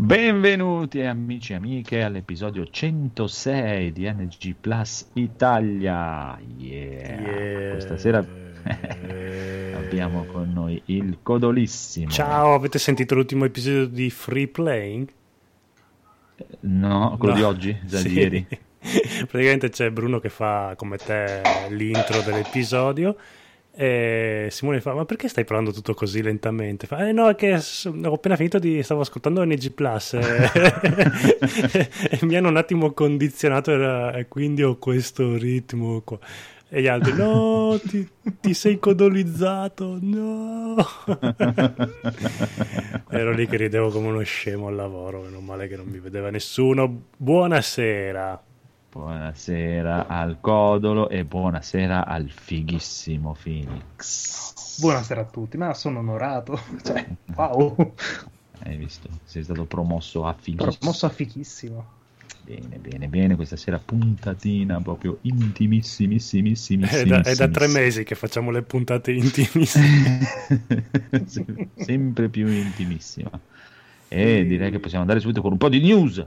Benvenuti amici e amiche all'episodio 106 di NG Plus Italia. Questa sera abbiamo con noi il Codolissimo. Ciao, avete sentito l'ultimo episodio di Free Playing? No, quello di oggi? Già Sì. di ieri? Praticamente c'è Bruno che fa come te l'intro dell'episodio e Simone fa: ma perché stai parlando tutto così lentamente? Fa: no, è che ho appena finito stavo ascoltando NG Plus e mi hanno un attimo condizionato e quindi ho questo ritmo qua. E gli altri: no, ti sei codolizzato, no. Ero lì che ridevo come uno scemo al lavoro, meno male che non mi vedeva nessuno. Buonasera. Buonasera al Codolo e buonasera al fighissimo Phoenix. Buonasera a tutti, ma sono onorato. Cioè, wow. Hai visto? Sei stato promosso a fighissimo. Promosso a fighissimo. Bene, questa sera puntatina proprio intimissimissima. È da 3 mesi che facciamo le puntate intimissime. Sempre più intimissima. E direi che possiamo andare subito con un po' di news.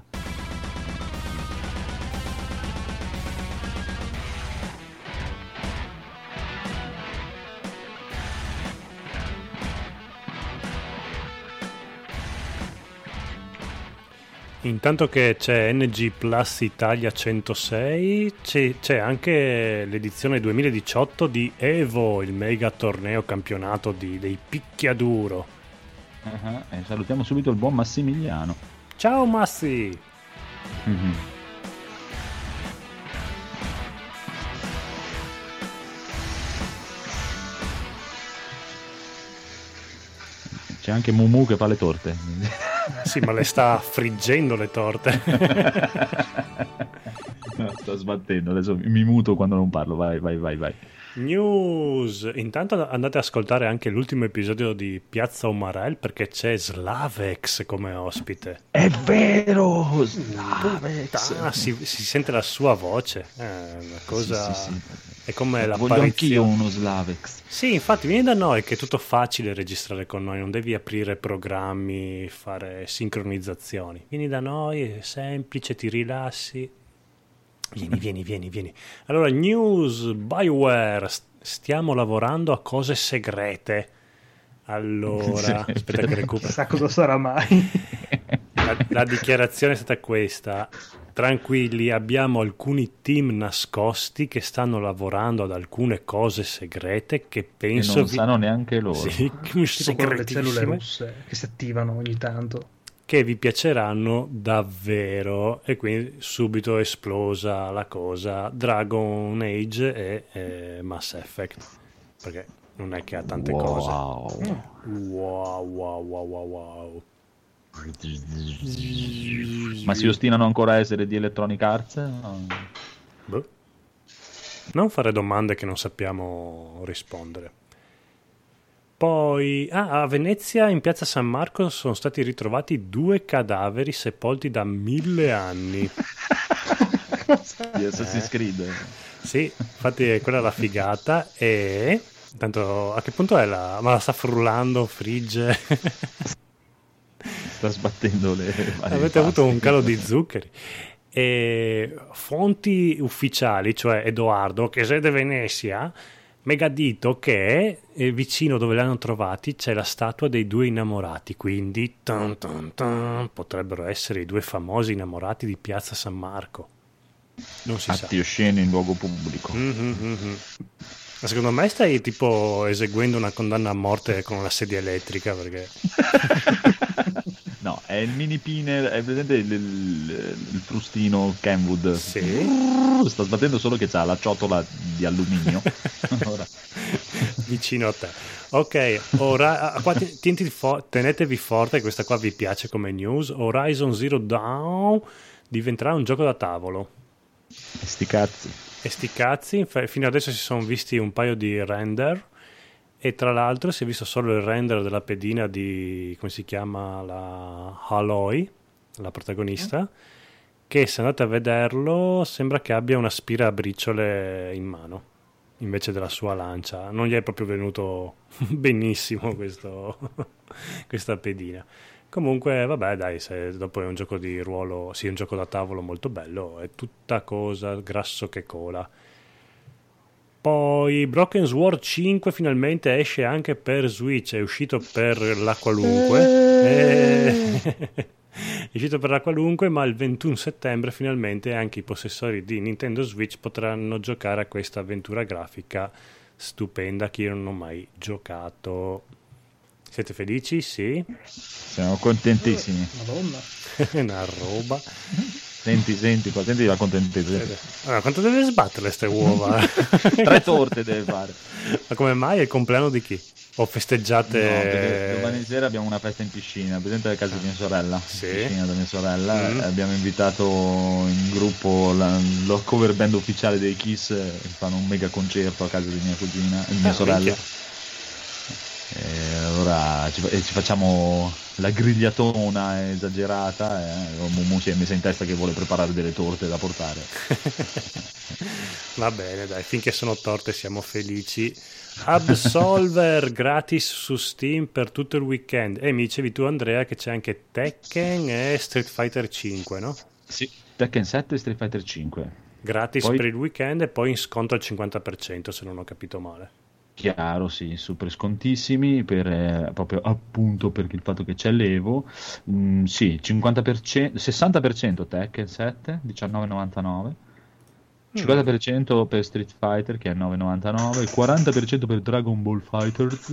Intanto che c'è NG Plus Italia 106, c'è anche l'edizione 2018 di Evo, il mega torneo campionato dei picchiaduro. E salutiamo subito il buon Massimiliano. Ciao Massi! Mm-hmm. C'è anche Mumu che fa le torte. Sì, ma le sta friggendo le torte. No, sto sbattendo, adesso mi muto quando non parlo, vai. News! Intanto andate ad ascoltare anche l'ultimo episodio di Piazza Umarell perché c'è Slavex come ospite. È vero! Slavex! Si sente la sua voce. È una cosa... Sì. È come Voglio anch'io uno Slavex. Sì, infatti vieni da noi che è tutto facile registrare con noi, non devi aprire programmi, fare sincronizzazioni. Vieni da noi, è semplice, ti rilassi. Vieni. Allora, news, BioWare, stiamo lavorando a cose segrete. Allora, sì, aspetta che recupero. Chissà cosa sarà mai. La dichiarazione è stata questa: tranquilli, abbiamo alcuni team nascosti che stanno lavorando ad alcune cose segrete che penso che non sanno neanche loro. Sì, tipo le cellule russe che si attivano ogni tanto, che vi piaceranno davvero. E quindi subito è esplosa la cosa Dragon Age e Mass Effect, perché non è che ha tante cose. Wow. Ma si ostinano ancora a essere di Electronic Arts? Boh. Non fare domande che non sappiamo rispondere. Poi a Venezia in piazza San Marco sono stati ritrovati 2 cadaveri sepolti da 1000 anni. Di Assassin's Creed. Sì, infatti quella è la figata. E tanto a che punto è ma la sta frullando, frigge. Sta sbattendo le avete avuto un calo di zuccheri. E fonti ufficiali, cioè Edoardo che è di Venezia, megadito che vicino dove l'hanno trovati c'è la statua dei 2 innamorati, quindi potrebbero essere i 2 famosi innamorati di piazza San Marco. Non si sa. Atti osceni in luogo pubblico. Ma secondo me stai tipo eseguendo una condanna a morte con una sedia elettrica, perché no, è il mini pinner, è presente il frustino Kenwood. Sì. Sta sbattendo, solo che c'ha la ciotola di alluminio. Ora. Vicino a te. Ok, ora qua tenetevi forte, questa qua vi piace come news. Horizon Zero Dawn diventerà un gioco da tavolo. E sti cazzi. Fino adesso si sono visti un paio di render e tra l'altro si è visto solo il render della pedina di, come si chiama, la Aloy, la protagonista, che se andate a vederlo sembra che abbia un aspirabriciole in mano invece della sua lancia. Non gli è proprio venuto benissimo questa pedina. Comunque, vabbè, dai, se dopo è un gioco di ruolo, sì, un gioco da tavolo molto bello, è tutta cosa grasso che cola. Poi Broken Sword 5 finalmente esce anche per Switch, è uscito per la qualunque. È uscito per la qualunque, ma il 21 settembre finalmente anche i possessori di Nintendo Switch potranno giocare a questa avventura grafica stupenda che io non ho mai giocato. Siete felici? Sì? Siamo contentissimi. Madonna. Una roba. Senti qua, senti la contentezza. Allora, quanto deve sbattere ste uova? 3 torte deve fare. Ma come mai? È il compleanno di chi? O festeggiate? No, domani sera abbiamo una festa in piscina, presente a casa di mia sorella. Sì. In piscina da mia sorella. Abbiamo invitato in gruppo la cover band ufficiale dei Kiss, fanno un mega concerto a casa di mia cugina, di mia sorella. Minchia. E allora ci facciamo la grigliatona esagerata. Mumu si è messa in testa che vuole preparare delle torte da portare. Va bene, dai, finché sono torte siamo felici. Absolver gratis su Steam per tutto il weekend. E mi dicevi tu, Andrea, che c'è anche Tekken e Street Fighter 5, no? Sì, Tekken 7 e Street Fighter 5. Gratis Poi- per il weekend e poi in sconto al 50%, se non ho capito male. Chiaro, sì, super scontissimi proprio appunto perché il fatto che c'è l'Evo. Sì, 50%, 60% Tekken 7, 19,99, 50% per Street Fighter che è 9,99, 40% per Dragon Ball Fighters,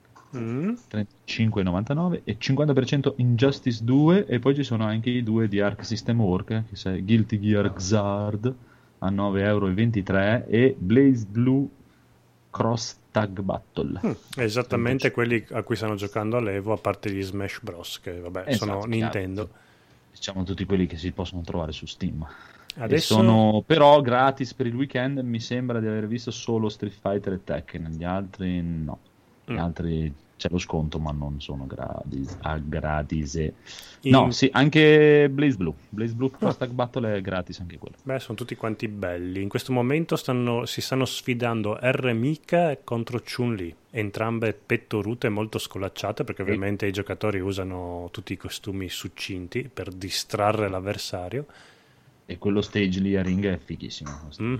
35,99 e 50% Injustice 2, e poi ci sono anche i 2 di Arc System Work, che sei Guilty Gear Xrd a 9,23 € e Blaze Blue Cross Tag Battle. Esattamente quelli a cui stanno giocando all'Evo, a parte gli Smash Bros, che vabbè, Esatto, sono Nintendo. chiaro. Diciamo tutti quelli che si possono trovare su Steam. Adesso- E sono però gratis per il weekend. Mi sembra di aver visto solo Street Fighter e Tekken, gli altri no. Gli altri c'è lo sconto, ma non sono gratis. No, sì, anche Blaze Blue Cross Tag Battle è gratis anche quello. Beh, sono tutti quanti belli. In questo momento si stanno sfidando R. Mika contro Chun-Li, entrambe pettorute molto scolacciate, perché ovviamente i giocatori usano tutti i costumi succinti per distrarre l'avversario. E quello stage lì a ring è fighissimo.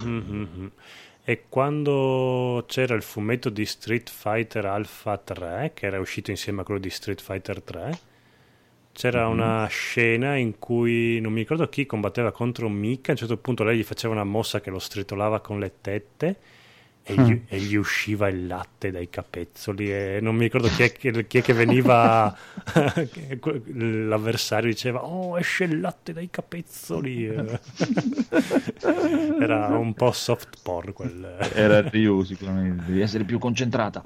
E quando c'era il fumetto di Street Fighter Alpha 3, che era uscito insieme a quello di Street Fighter 3, c'era una scena in cui non mi ricordo chi combatteva contro Mika. A un certo punto lei gli faceva una mossa che lo stritolava con le tette e gli usciva il latte dai capezzoli, e non mi ricordo chi è che veniva l'avversario diceva esce il latte dai capezzoli. Era un po' soft porn quel. Era Ryu sicuramente, devi essere più concentrata.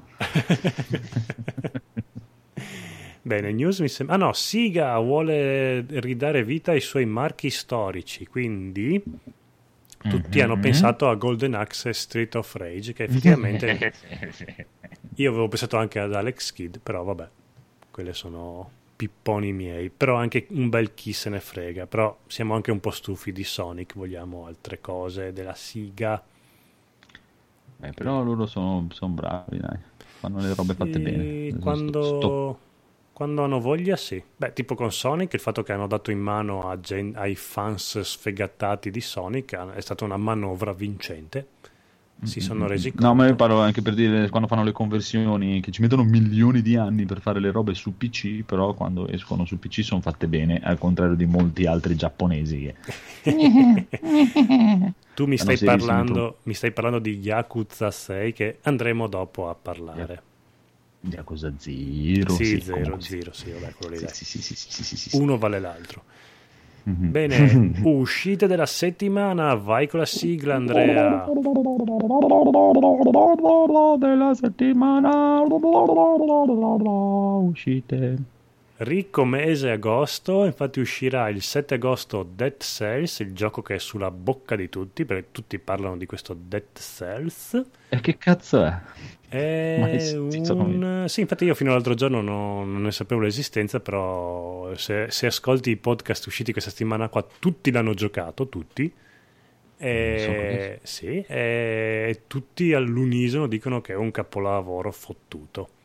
Bene, news mi sembra. Ah no, Sega vuole ridare vita ai suoi marchi storici, quindi tutti hanno pensato a Golden Axe e Street of Rage, che effettivamente io avevo pensato anche ad Alex Kidd, però vabbè, quelle sono pipponi miei, però anche un bel chi se ne frega, però siamo anche un po' stufi di Sonic, vogliamo altre cose della Sega. Però loro sono bravi, dai, fanno le robe fatte bene. Quando hanno voglia, sì. Beh, tipo con Sonic, il fatto che hanno dato in mano ai fans sfegatati di Sonic è stata una manovra vincente. Si sono resi conto. No, ma io parlo anche per dire quando fanno le conversioni, che ci mettono milioni di anni per fare le robe su PC, però quando escono su PC sono fatte bene, al contrario di molti altri giapponesi che... Tu mi stai parlando di Yakuza 6, che andremo dopo a parlare. Yakuza 0, sì, sì, 0, sì, vabbè, quello lì. Sì. Uno vale l'altro. Bene, uscite della settimana, vai con la sigla, Andrea. Della settimana, uscite. Ricco mese agosto, infatti uscirà il 7 agosto Dead Cells, il gioco che è sulla bocca di tutti, perché tutti parlano di questo Dead Cells. E che cazzo è? Sì, infatti io fino all'altro giorno non ne sapevo l'esistenza, però se ascolti i podcast usciti questa settimana qua, tutti l'hanno giocato, tutti. Sì, e tutti all'unisono dicono che è un capolavoro fottuto.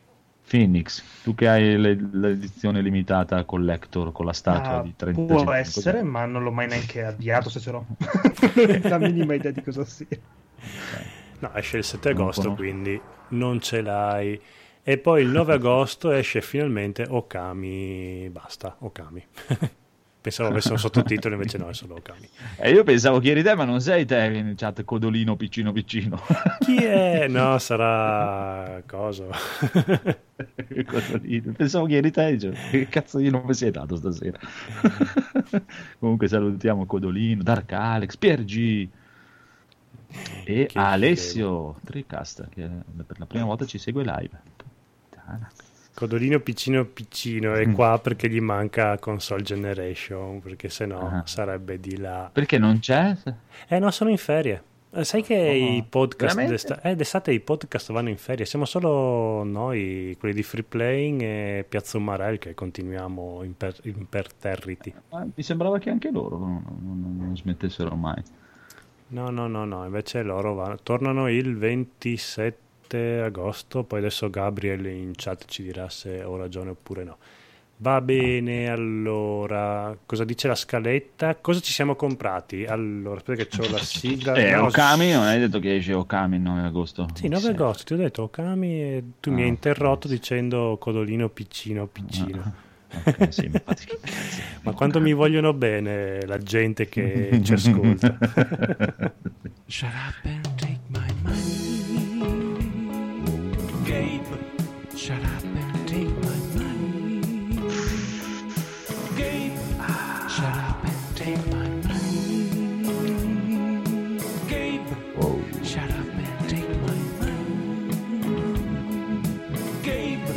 Phoenix, tu che hai l'edizione limitata collector con la statua di 35, può essere, ma non l'ho mai neanche avviato se ce l'ho. La minima idea di cosa sia. No, esce il 7 agosto, quindi non ce l'hai. E poi il 9 agosto esce finalmente Okami, basta, Okami. Pensavo avesse un sottotitolo, invece no, è solo Okami. Io pensavo chi eri te, ma non sei te in chat, Codolino piccino piccino. Chi è? No, sarà... coso? Codolino. Pensavo chi eri te, cioè, che cazzo di nome sei dato stasera? Comunque salutiamo Codolino, Dark Alex, Piergi e che Alessio Tricast, che per la prima volta ci segue live. Codolino piccino piccino è qua perché gli manca Console Generation, perché sennò sarebbe di là. Perché non c'è? No, sono in ferie. Sai che i podcast d'estate i podcast vanno in ferie, siamo solo noi, quelli di Free Playing e Piazza Umarell, che continuiamo imperterriti. Mi sembrava che anche loro non smettessero mai. No, invece loro tornano il 27 agosto, poi adesso Gabriel in chat ci dirà se ho ragione oppure no. Va bene, allora, cosa dice la scaletta? Cosa ci siamo comprati? Allora, aspetta che c'ho la sigla. Okami, non hai detto che esce Okami il 9 agosto? Sì, 9 agosto, ti ho detto Okami e tu mi hai interrotto dicendo Codolino piccino. Okay, sì, infatti, ma quanto mi vogliono bene la gente che ci ascolta. Shut up and take my money. Gabe, shut up and take my money. Gabe, shut up and take my money. Gabe, shut up and take my money. Gabe.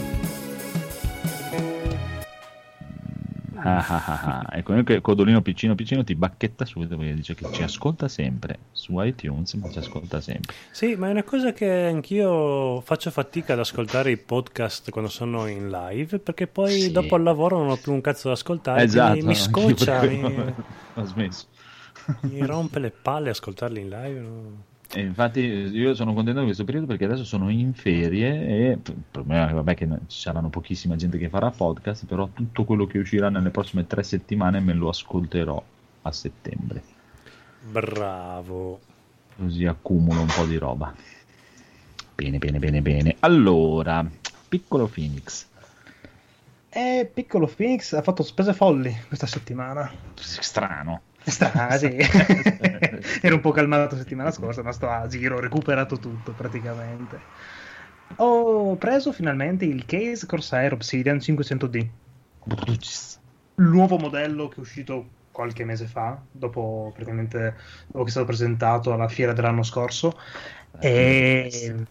E comunque Codolino piccino ti bacchetta subito perché dice che ci ascolta sempre su iTunes, ma ci ascolta sempre. Sì, ma è una cosa che anch'io faccio fatica ad ascoltare i podcast quando sono in live, perché poi dopo il lavoro non ho più un cazzo da ascoltare. Esatto, mi scoccia, ho smesso. Mi rompe le palle ascoltarli in live, no? E infatti io sono contento di questo periodo perché adesso sono in ferie e il problema è vabbè, che ci saranno pochissima gente che farà podcast, però tutto quello che uscirà nelle prossime 3 settimane me lo ascolterò a settembre. Bravo. Così accumulo un po' di roba. Bene. Allora, Piccolo Phoenix. Piccolo Phoenix ha fatto spese folli questa settimana. Strano. Sì. Ero un po' calmato la settimana scorsa, ma sto a giro, ho recuperato tutto praticamente. Ho preso finalmente il case Corsair Obsidian 500D, il nuovo modello che è uscito qualche mese fa, dopo che è stato presentato alla fiera dell'anno scorso, ed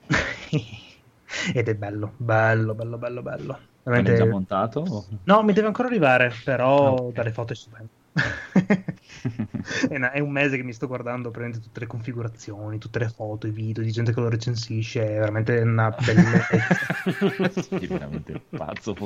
è bello. Veramente... L'hai già montato? No, mi deve ancora arrivare, però dalle foto è stupendo. È un mese che mi sto guardando prendendo tutte le configurazioni, tutte le foto, i video di gente che lo recensisce, è veramente una bellezza. Sì, veramente pazzo.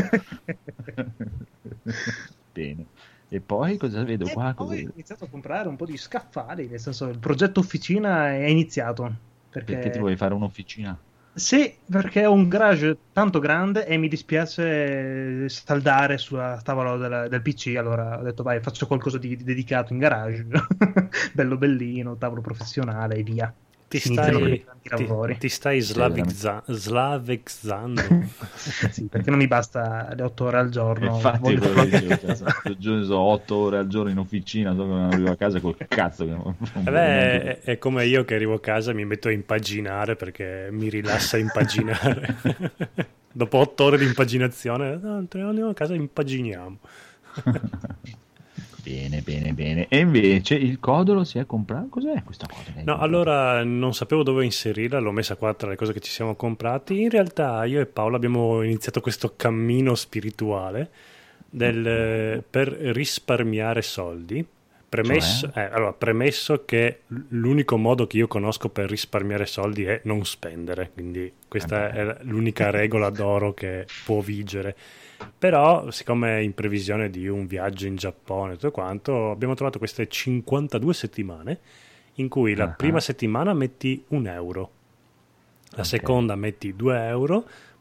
Bene. E poi cosa vedo qua? Poi ho iniziato a comprare un po' di scaffali, nel senso il progetto officina è iniziato. Perché ti vuoi fare un'officina? Sì, perché ho un garage tanto grande e mi dispiace saldare sulla tavola del PC, allora ho detto vai, faccio qualcosa di dedicato in garage, bello bellino, tavolo professionale e via. Ti stai slavezzando. Sì, perché non mi basta le 8 ore al giorno. Infatti, 8 ore al giorno in officina, so che non arrivo a casa col cazzo. È come io che arrivo a casa e mi metto a impaginare perché mi rilassa impaginare. Dopo 8 ore di impaginazione, andiamo a casa e impaginiamo. Bene. E invece il codolo si è comprato? Cos'è questa cosa? No, allora non sapevo dove inserirla, l'ho messa qua tra le cose che ci siamo comprati. In realtà io e Paolo abbiamo iniziato questo cammino spirituale per risparmiare soldi. Premesso che l'unico modo che io conosco per risparmiare soldi è non spendere, quindi questa è l'unica regola d'oro che può vigere. Però siccome in previsione di un viaggio in Giappone e tutto quanto, abbiamo trovato queste 52 settimane in cui la prima settimana metti €1, la seconda metti €2, poi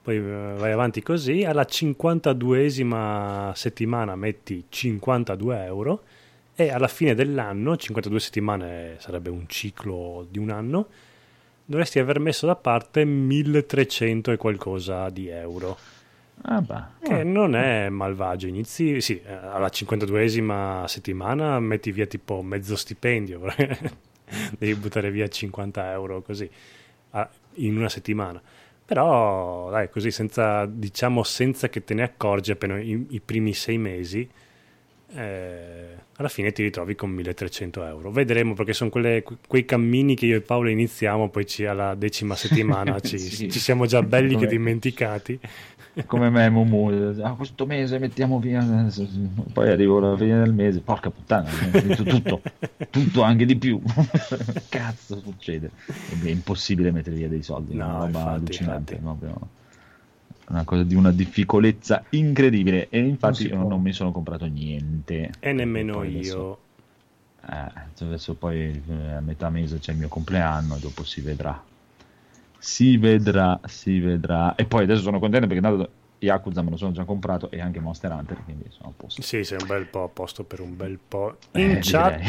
poi vai avanti così, alla 52esima settimana metti 52 euro e alla fine dell'anno, 52 settimane sarebbe un ciclo di un anno, dovresti aver messo da parte 1300 e qualcosa di euro. Che non è malvagio. Inizi, sì, alla 52esima settimana metti via tipo mezzo stipendio, devi buttare via 50 euro così in una settimana. Però dai, così senza che te ne accorgi appena i primi 6 mesi, alla fine ti ritrovi con 1300 euro. Vedremo, perché sono quei cammini che io e Paolo iniziamo, poi alla 10ª settimana ci siamo già belli che dimenticati. Come me, Mumu, questo mese mettiamo via, poi arrivo alla fine del mese, porca puttana, tutto anche di più. Cazzo succede? È impossibile mettere via dei soldi, no, una roba infatti, allucinante, proprio una cosa di una difficolezza incredibile, e infatti io non mi sono comprato niente. E nemmeno io. Adesso poi a metà mese c'è il mio compleanno e dopo si vedrà. Si vedrà. E poi adesso sono contento perché tanto Yakuza me lo sono già comprato e anche Monster Hunter, quindi sono a posto. Sì, sei un bel po' a posto per un bel po'. In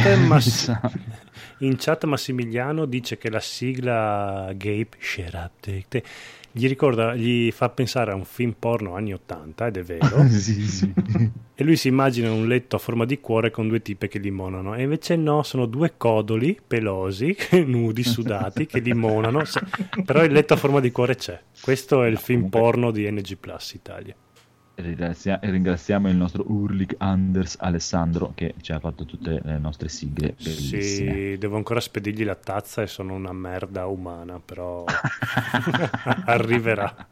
chat Massimiliano dice che la sigla Gape Shut Up Take gli fa pensare a un film porno anni 80, ed è vero. Sì. E lui si immagina un letto a forma di cuore con 2 tipe che limonano, e invece no, sono 2 codoli pelosi, nudi, sudati, che limonano, però il letto a forma di cuore c'è. Questo è il film porno di NG Plus Italia. Ringraziamo il nostro Urlik Anders Alessandro che ci ha fatto tutte le nostre sigle bellissime. Sì, devo ancora spedirgli la tazza e sono una merda umana, però arriverà.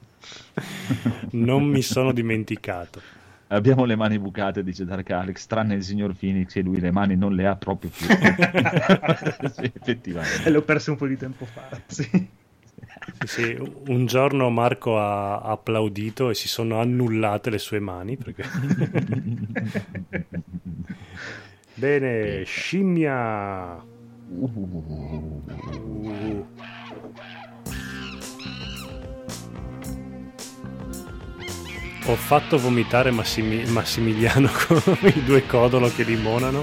Non mi sono dimenticato. Abbiamo le mani bucate, dice Dark Alex, tranne il signor Phoenix, e lui le mani non le ha proprio più. Sì, effettivamente. E le ho perse un po' di tempo fa, sì. Sì, un giorno Marco ha applaudito e si sono annullate le sue mani perché... Bene, scimmia. Ho fatto vomitare Massimiliano con i 2 codolo che limonano.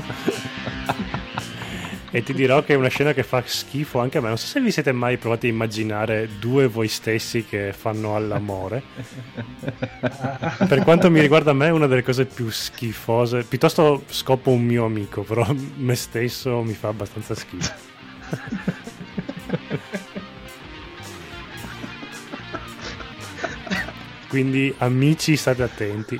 E ti dirò che è una scena che fa schifo anche a me. Non so se vi siete mai provati a immaginare 2 voi stessi che fanno all'amore. Per quanto mi riguarda, a me è una delle cose più schifose. Piuttosto scopo un mio amico, però me stesso mi fa abbastanza schifo. Quindi amici, state attenti.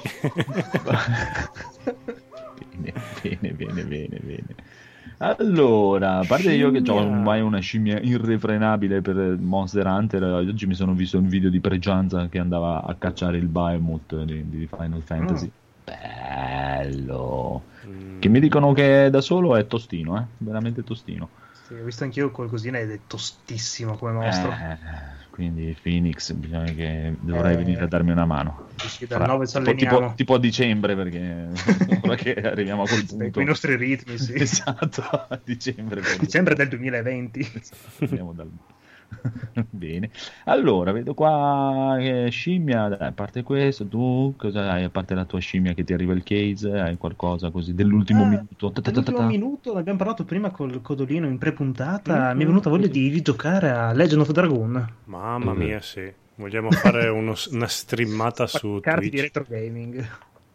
Bene. Allora, a parte io che ho ormai una scimmia irrefrenabile per Monster Hunter, oggi mi sono visto un video di Pregianza che andava a cacciare il Behemoth di Final Fantasy. Bello. Che mi dicono che da solo è tostino, veramente tostino. Sì, ho visto anch'io qualcosina ed è tostissimo come mostro. Quindi Phoenix, bisogna che dovrei venire a darmi una mano. Dal 9 ci alleniamo. Tipo a dicembre, perché ora che arriviamo a quel punto. Con i nostri ritmi, sì. Esatto, a dicembre. Dicembre del 2020. Esatto, andiamo dal... Bene, allora vedo qua che scimmia, dai, a parte questo, tu cosa hai? A parte la tua scimmia che ti arriva il case, hai qualcosa così dell'ultimo minuto? Dell'ultimo minuto, ne abbiamo parlato prima col Codolino in pre-puntata. Mi è venuta voglia di rigiocare a Legend of Dragon. Mamma mia, sì. Vogliamo fare una streamata su Twitch di retro gaming.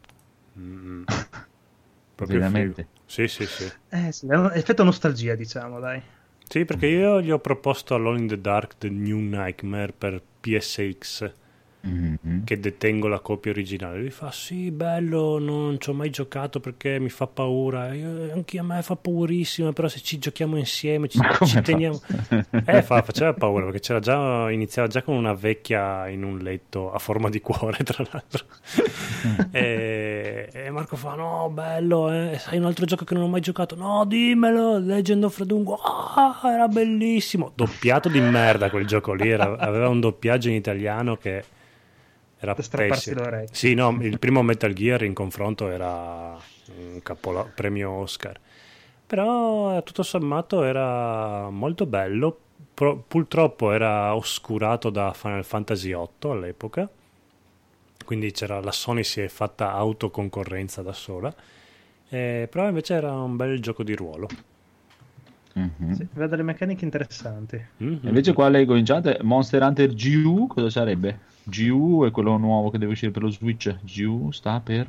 Proprio veramente? Sì. Sì, effetto nostalgia, diciamo, dai. Sì, perché io gli ho proposto Alone in the Dark The New Nightmare per PSX, che detengo la copia originale. Lui fa: sì, bello, non ci ho mai giocato perché mi fa paura. Anche a me fa paurissimo, però se ci giochiamo insieme ci teniamo. Faceva paura perché iniziava già con una vecchia in un letto a forma di cuore, tra l'altro. e Marco fa: no, bello, sai un altro gioco che non ho mai giocato? No, dimmelo, Legend of Dragon. Era bellissimo. Doppiato di merda quel gioco lì, aveva un doppiaggio in italiano che era pessimo. Sì, no, il primo Metal Gear in confronto era un premio Oscar. Però tutto sommato era molto bello. purtroppo era oscurato da Final Fantasy VIII all'epoca, quindi la Sony si è fatta autoconcorrenza da sola, però invece era un bel gioco di ruolo. Mhm. Sì, aveva delle meccaniche interessanti. Mhm. Invece qua leggo in chat Monster Hunter GU, cosa sarebbe? GU è quello nuovo che deve uscire per lo Switch. GU sta per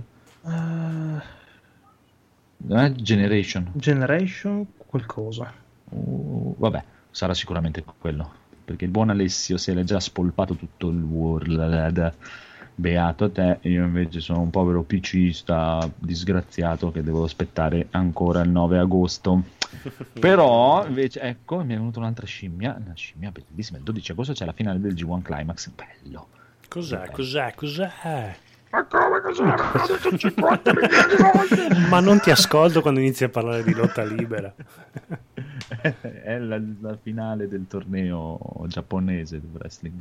Generation. Generation qualcosa. Vabbè, sarà sicuramente quello. Perché il buon Alessio se l'è già spolpato tutto il World. Beato a te, io invece sono un povero PCista disgraziato che devo aspettare ancora il 9 agosto. Però invece ecco mi è venuta un'altra scimmia, una scimmia bellissima. Il 12 agosto c'è la finale del G1 Climax, bello. Cos'è? Ma come cos'è? Me l'ho detto 50 milioni di volte! Ma non ti ascolto quando inizi a parlare di lotta libera. È la finale del torneo giapponese di wrestling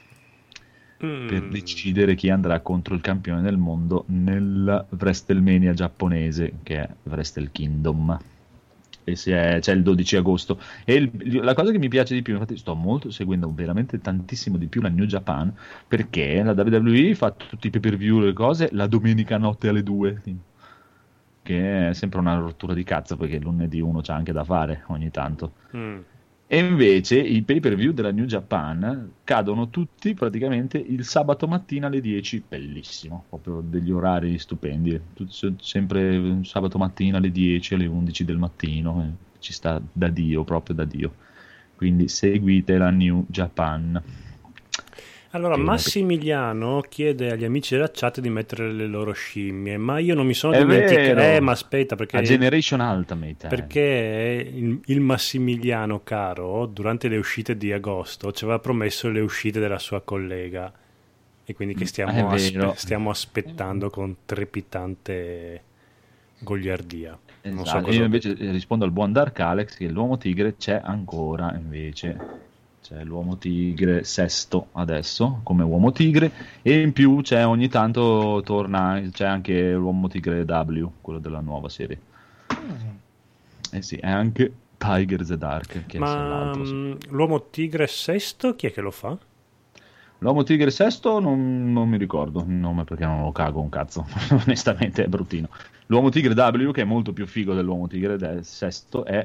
per decidere chi andrà contro il campione del mondo nel WrestleMania giapponese, che è Wrestle Kingdom. E c'è il 12 agosto. E la cosa che mi piace di più, infatti sto molto seguendo veramente tantissimo di più la New Japan, perché la WWE fa tutti i pay-per-view e le cose la domenica notte alle 2, che è sempre una rottura di cazzo, perché lunedì uno c'ha anche da fare ogni tanto. E invece i pay-per-view della New Japan cadono tutti praticamente il sabato mattina alle 10, bellissimo, proprio degli orari stupendi, sempre sabato mattina alle 10, alle 11 del mattino, ci sta da Dio, proprio da Dio. Quindi seguite la New Japan. Allora, Massimiliano chiede agli amici della chat di mettere le loro scimmie, ma io non mi sono È dimenticato. vero. Ma aspetta, perché A Generation Ultimate. perché il Massimiliano caro, durante le uscite di agosto, ci aveva promesso le uscite della sua collega, e quindi che stiamo, È vero. stiamo aspettando con trepidante goliardia. Non so Esatto. cosa Io invece rispondo al buon Dark Alex che l'uomo tigre c'è ancora, invece c'è l'uomo tigre sesto adesso come uomo tigre, e in più c'è ogni tanto c'è anche l'uomo tigre W, quello della nuova serie. Eh sì, è anche Tiger the Dark che è Ma l'altro, sì. l'uomo tigre sesto chi è che lo fa? L'uomo tigre sesto non mi ricordo il nome perché non lo cago un cazzo, onestamente è bruttino. L'uomo tigre W, che è molto più figo dell'uomo tigre sesto, è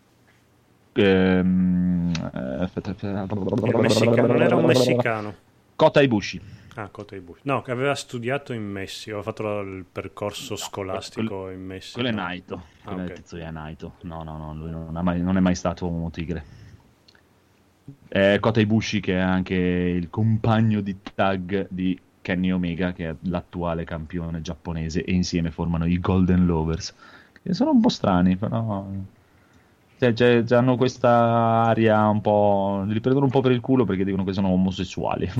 Era un messicano. Kota Ibushi. Ah, Kota Ibushi. No, che aveva studiato in Messico, aveva fatto il percorso scolastico in Messico. Quello è Naito, quello ok. è Tetsuya Naito. No, lui non è mai stato uomo tigre. È Kota Ibushi, che è anche il compagno di tag di Kenny Omega, che è l'attuale campione giapponese, e insieme formano i Golden Lovers, che sono un po' strani, però hanno questa aria un po', li prendono un po' per il culo perché dicono che sono omosessuali.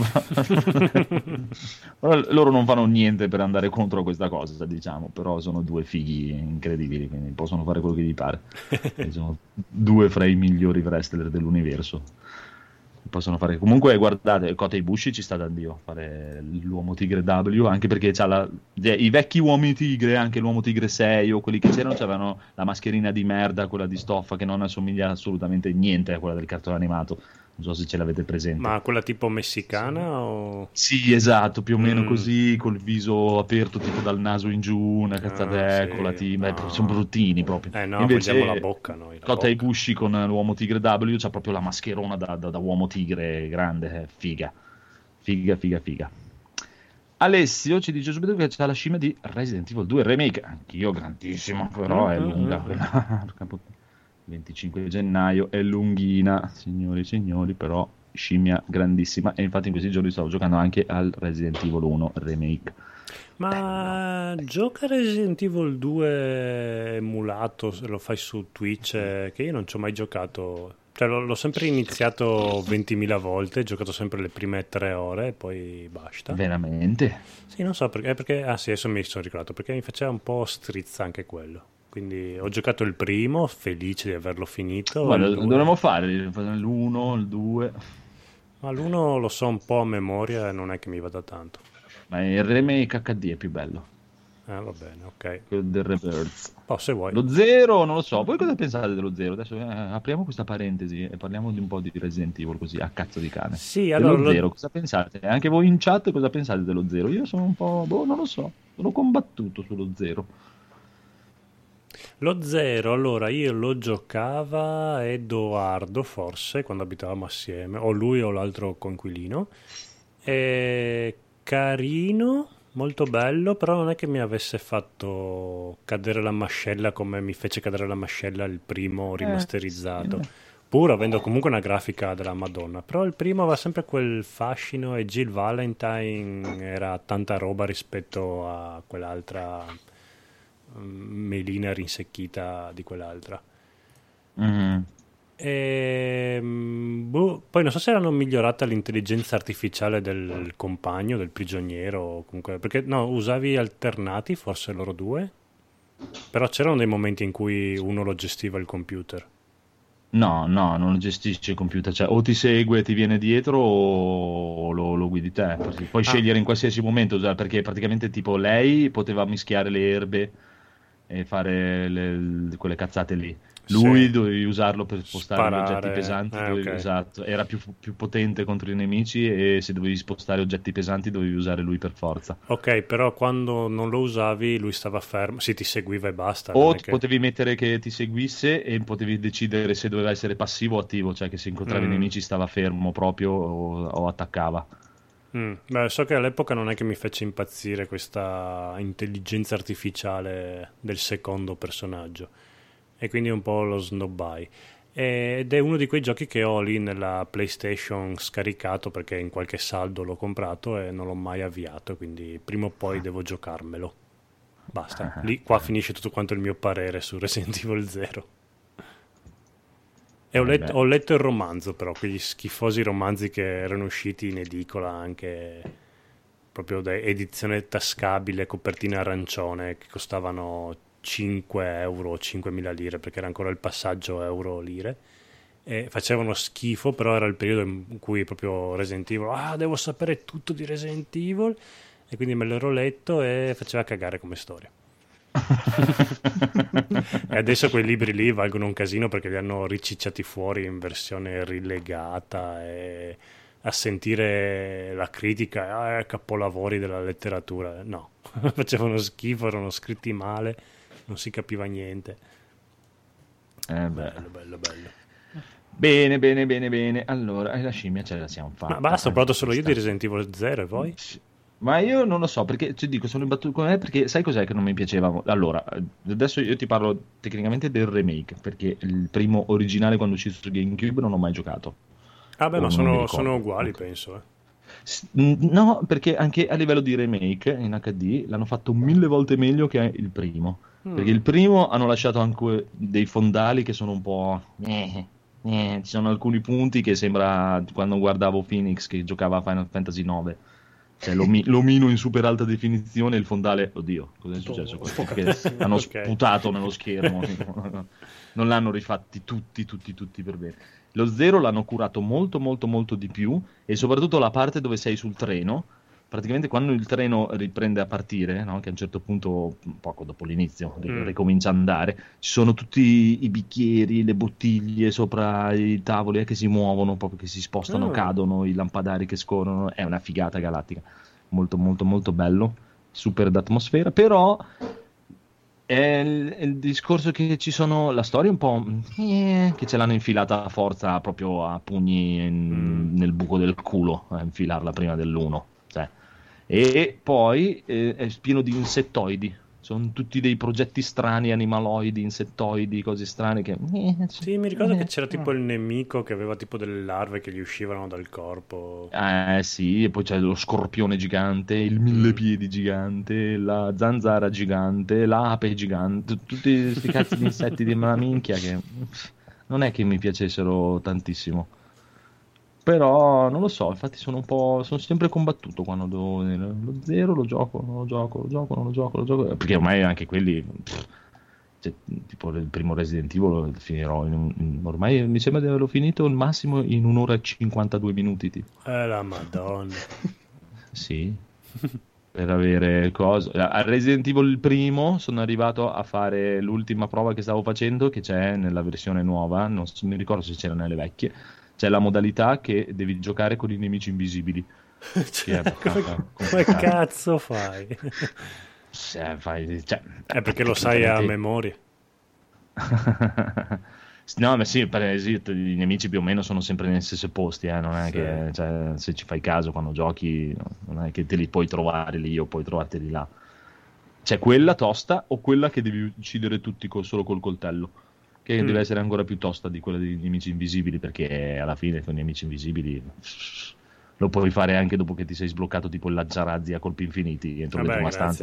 Però loro non fanno niente per andare contro questa cosa, diciamo, però sono due fighi incredibili, quindi possono fare quello che gli pare. E sono due fra i migliori wrestler dell'universo. Possono fare, comunque guardate, Kota Ibushi ci sta da Dio fare l'uomo tigre W, anche perché i vecchi uomini tigre, anche l'uomo tigre 6 o quelli che c'erano la mascherina di merda, quella di stoffa che non assomiglia assolutamente niente a quella del cartone animato, non so se ce l'avete presente. Ma quella tipo messicana o... Sì, esatto, più o meno così, col viso aperto tipo dal naso in giù, una cazzata, sì, con la no. sono bruttini proprio. No, Invece vogliamo la bocca noi. La Kota bocca. Ibushi con l'uomo tigre W c'ha proprio la mascherona da uomo tigre grande, figa. Figa. Alessio ci dice subito che c'ha la scimmia di Resident Evil 2 Remake, anch'io grandissimo, però è lunga quella. 25 gennaio è lunghina, signori e signori, però scimmia grandissima, e infatti in questi giorni stavo giocando anche al Resident Evil 1 Remake. Ma gioca Resident Evil 2 emulato, se lo fai su Twitch, che io non ci ho mai giocato. Cioè, l'ho sempre iniziato 20.000 volte, ho giocato sempre le prime 3 ore e poi basta. Veramente? Sì, non so perché... Ah sì, adesso mi sono ricordato, perché mi faceva un po' strizza anche quello. Quindi ho giocato il primo, felice di averlo finito. Ma il due- dovremmo fare l'1, il 2. Ma l'uno lo so un po' a memoria e non è che mi vada tanto. Ma il remake HD è più bello. Va bene, ok. quello del Rebirth. Se vuoi. Lo 0 non lo so, voi cosa pensate dello 0? Adesso apriamo questa parentesi e parliamo di un po' di Resident Evil così a cazzo di cane. Sì, allora dello 0 cosa pensate? Anche voi in chat cosa pensate dello 0? Io sono un po', non lo so, sono combattuto sullo 0. Lo 0, allora io lo giocava Edoardo forse quando abitavamo assieme, o lui o l'altro coinquilino. È carino, molto bello, però non è che mi avesse fatto cadere la mascella come mi fece cadere la mascella il primo rimasterizzato, pur avendo comunque una grafica della Madonna. Però il primo aveva sempre quel fascino e Jill Valentine era tanta roba rispetto a quell'altra melina rinsecchita di quell'altra. Poi non so se erano migliorata l'intelligenza artificiale del compagno, del prigioniero, comunque, perché no, usavi alternati, forse loro due, però c'erano dei momenti in cui uno lo gestiva il computer. No, non lo gestisce il computer, cioè o ti segue, ti viene dietro o lo guidi te. Puoi scegliere in qualsiasi momento, perché praticamente tipo lei poteva mischiare le erbe e fare quelle cazzate lì. Lui dovevi usarlo per spostare gli oggetti pesanti, okay. Esatto, era più potente contro i nemici e se dovevi spostare oggetti pesanti dovevi usare lui per forza. Ok, però quando non lo usavi lui stava fermo, sì, ti seguiva e basta. O potevi mettere che ti seguisse e potevi decidere se doveva essere passivo o attivo, cioè che se incontravi i nemici stava fermo proprio o attaccava. Beh, so che all'epoca non è che mi fece impazzire questa intelligenza artificiale del secondo personaggio. E quindi un po' lo snobbai. Ed è uno di quei giochi che ho lì nella PlayStation scaricato perché in qualche saldo l'ho comprato e non l'ho mai avviato, quindi prima o poi devo giocarmelo. Basta, qua finisce tutto quanto il mio parere su Resident Evil 0. E ho letto il romanzo, però quegli schifosi romanzi che erano usciti in edicola, anche proprio da edizione tascabile, copertina arancione, che costavano 5 euro, 5.000 lire, perché era ancora il passaggio euro-lire, e facevano schifo, però era il periodo in cui proprio Resident Evil, devo sapere tutto di Resident Evil, e quindi me l'ero letto e faceva cagare come storia. E adesso quei libri lì valgono un casino perché li hanno ricicciati fuori in versione rilegata e a sentire la critica capolavori della letteratura. No, facevano schifo, erano scritti male, non si capiva niente. Bello. Bene. Allora, la scimmia ce la siamo fatta. Ma basta, ho parlato solo io di Resident Evil 0 e poi? Ma io non lo so, perché ti dico, sono imbattuto con me perché sai cos'è che non mi piaceva? Allora, adesso io ti parlo tecnicamente del remake, perché il primo originale quando è uscito su GameCube non ho mai giocato. Ma sono uguali, penso. No, perché anche a livello di remake in HD l'hanno fatto 1000 volte meglio che il primo. Perché il primo hanno lasciato anche dei fondali che sono un po'... Ci sono alcuni punti che sembra quando guardavo Phoenix che giocava a Final Fantasy 9. Cioè l'omino in super alta definizione e il fondale, oddio, cosa è successo? Perché hanno sputato nello schermo, non l'hanno rifatti tutti per bene. Lo 0 l'hanno curato molto di più, e soprattutto la parte dove sei sul treno, praticamente quando il treno riprende a partire, no? Che a un certo punto, poco dopo l'inizio, ricomincia a andare, ci sono tutti i bicchieri, le bottiglie sopra i tavoli che si muovono, proprio che si spostano, cadono, i lampadari che scorrono, è una figata galattica, molto bello, super d'atmosfera, però è il discorso che ci sono, la storia un po' che ce l'hanno infilata a forza proprio a pugni nel buco del culo, a infilarla prima dell'1, cioè. E poi è pieno di insettoidi, sono tutti dei progetti strani, animaloidi, insettoidi, cose strane che... Sì, mi ricordo che c'era tipo il nemico che aveva tipo delle larve che gli uscivano dal corpo. Sì, e poi c'è lo scorpione gigante, il millepiedi gigante, la zanzara gigante, l'ape gigante, tutti questi cazzi di insetti di una minchia che non è che mi piacessero tantissimo. Però non lo so, infatti sono sempre combattuto quando devo lo 0, lo gioco, non lo gioco, perché ormai anche quelli, cioè, tipo il primo Resident Evil lo finirò ormai mi sembra di averlo finito il massimo in 1 ora e 52 minuti tipo. La madonna. Sì. per avere cose. A Resident Evil il primo sono arrivato a fare l'ultima prova che stavo facendo, che c'è nella versione nuova, non mi ricordo se c'era nelle vecchie, c'è la modalità che devi giocare con i nemici invisibili. Che è come cazzo fai? Perché lo sai a memoria. No, ma sì, i nemici più o meno sono sempre negli stessi posti, non è che, cioè, se ci fai caso quando giochi, non è che te li puoi trovare lì o puoi trovarteli là. C'è quella tosta o quella che devi uccidere tutti solo col coltello, che deve essere ancora più tosta di quella dei nemici invisibili, perché alla fine con i nemici invisibili lo puoi fare anche dopo che ti sei sbloccato tipo il lanciarazzi a colpi infiniti entro le tue stanze.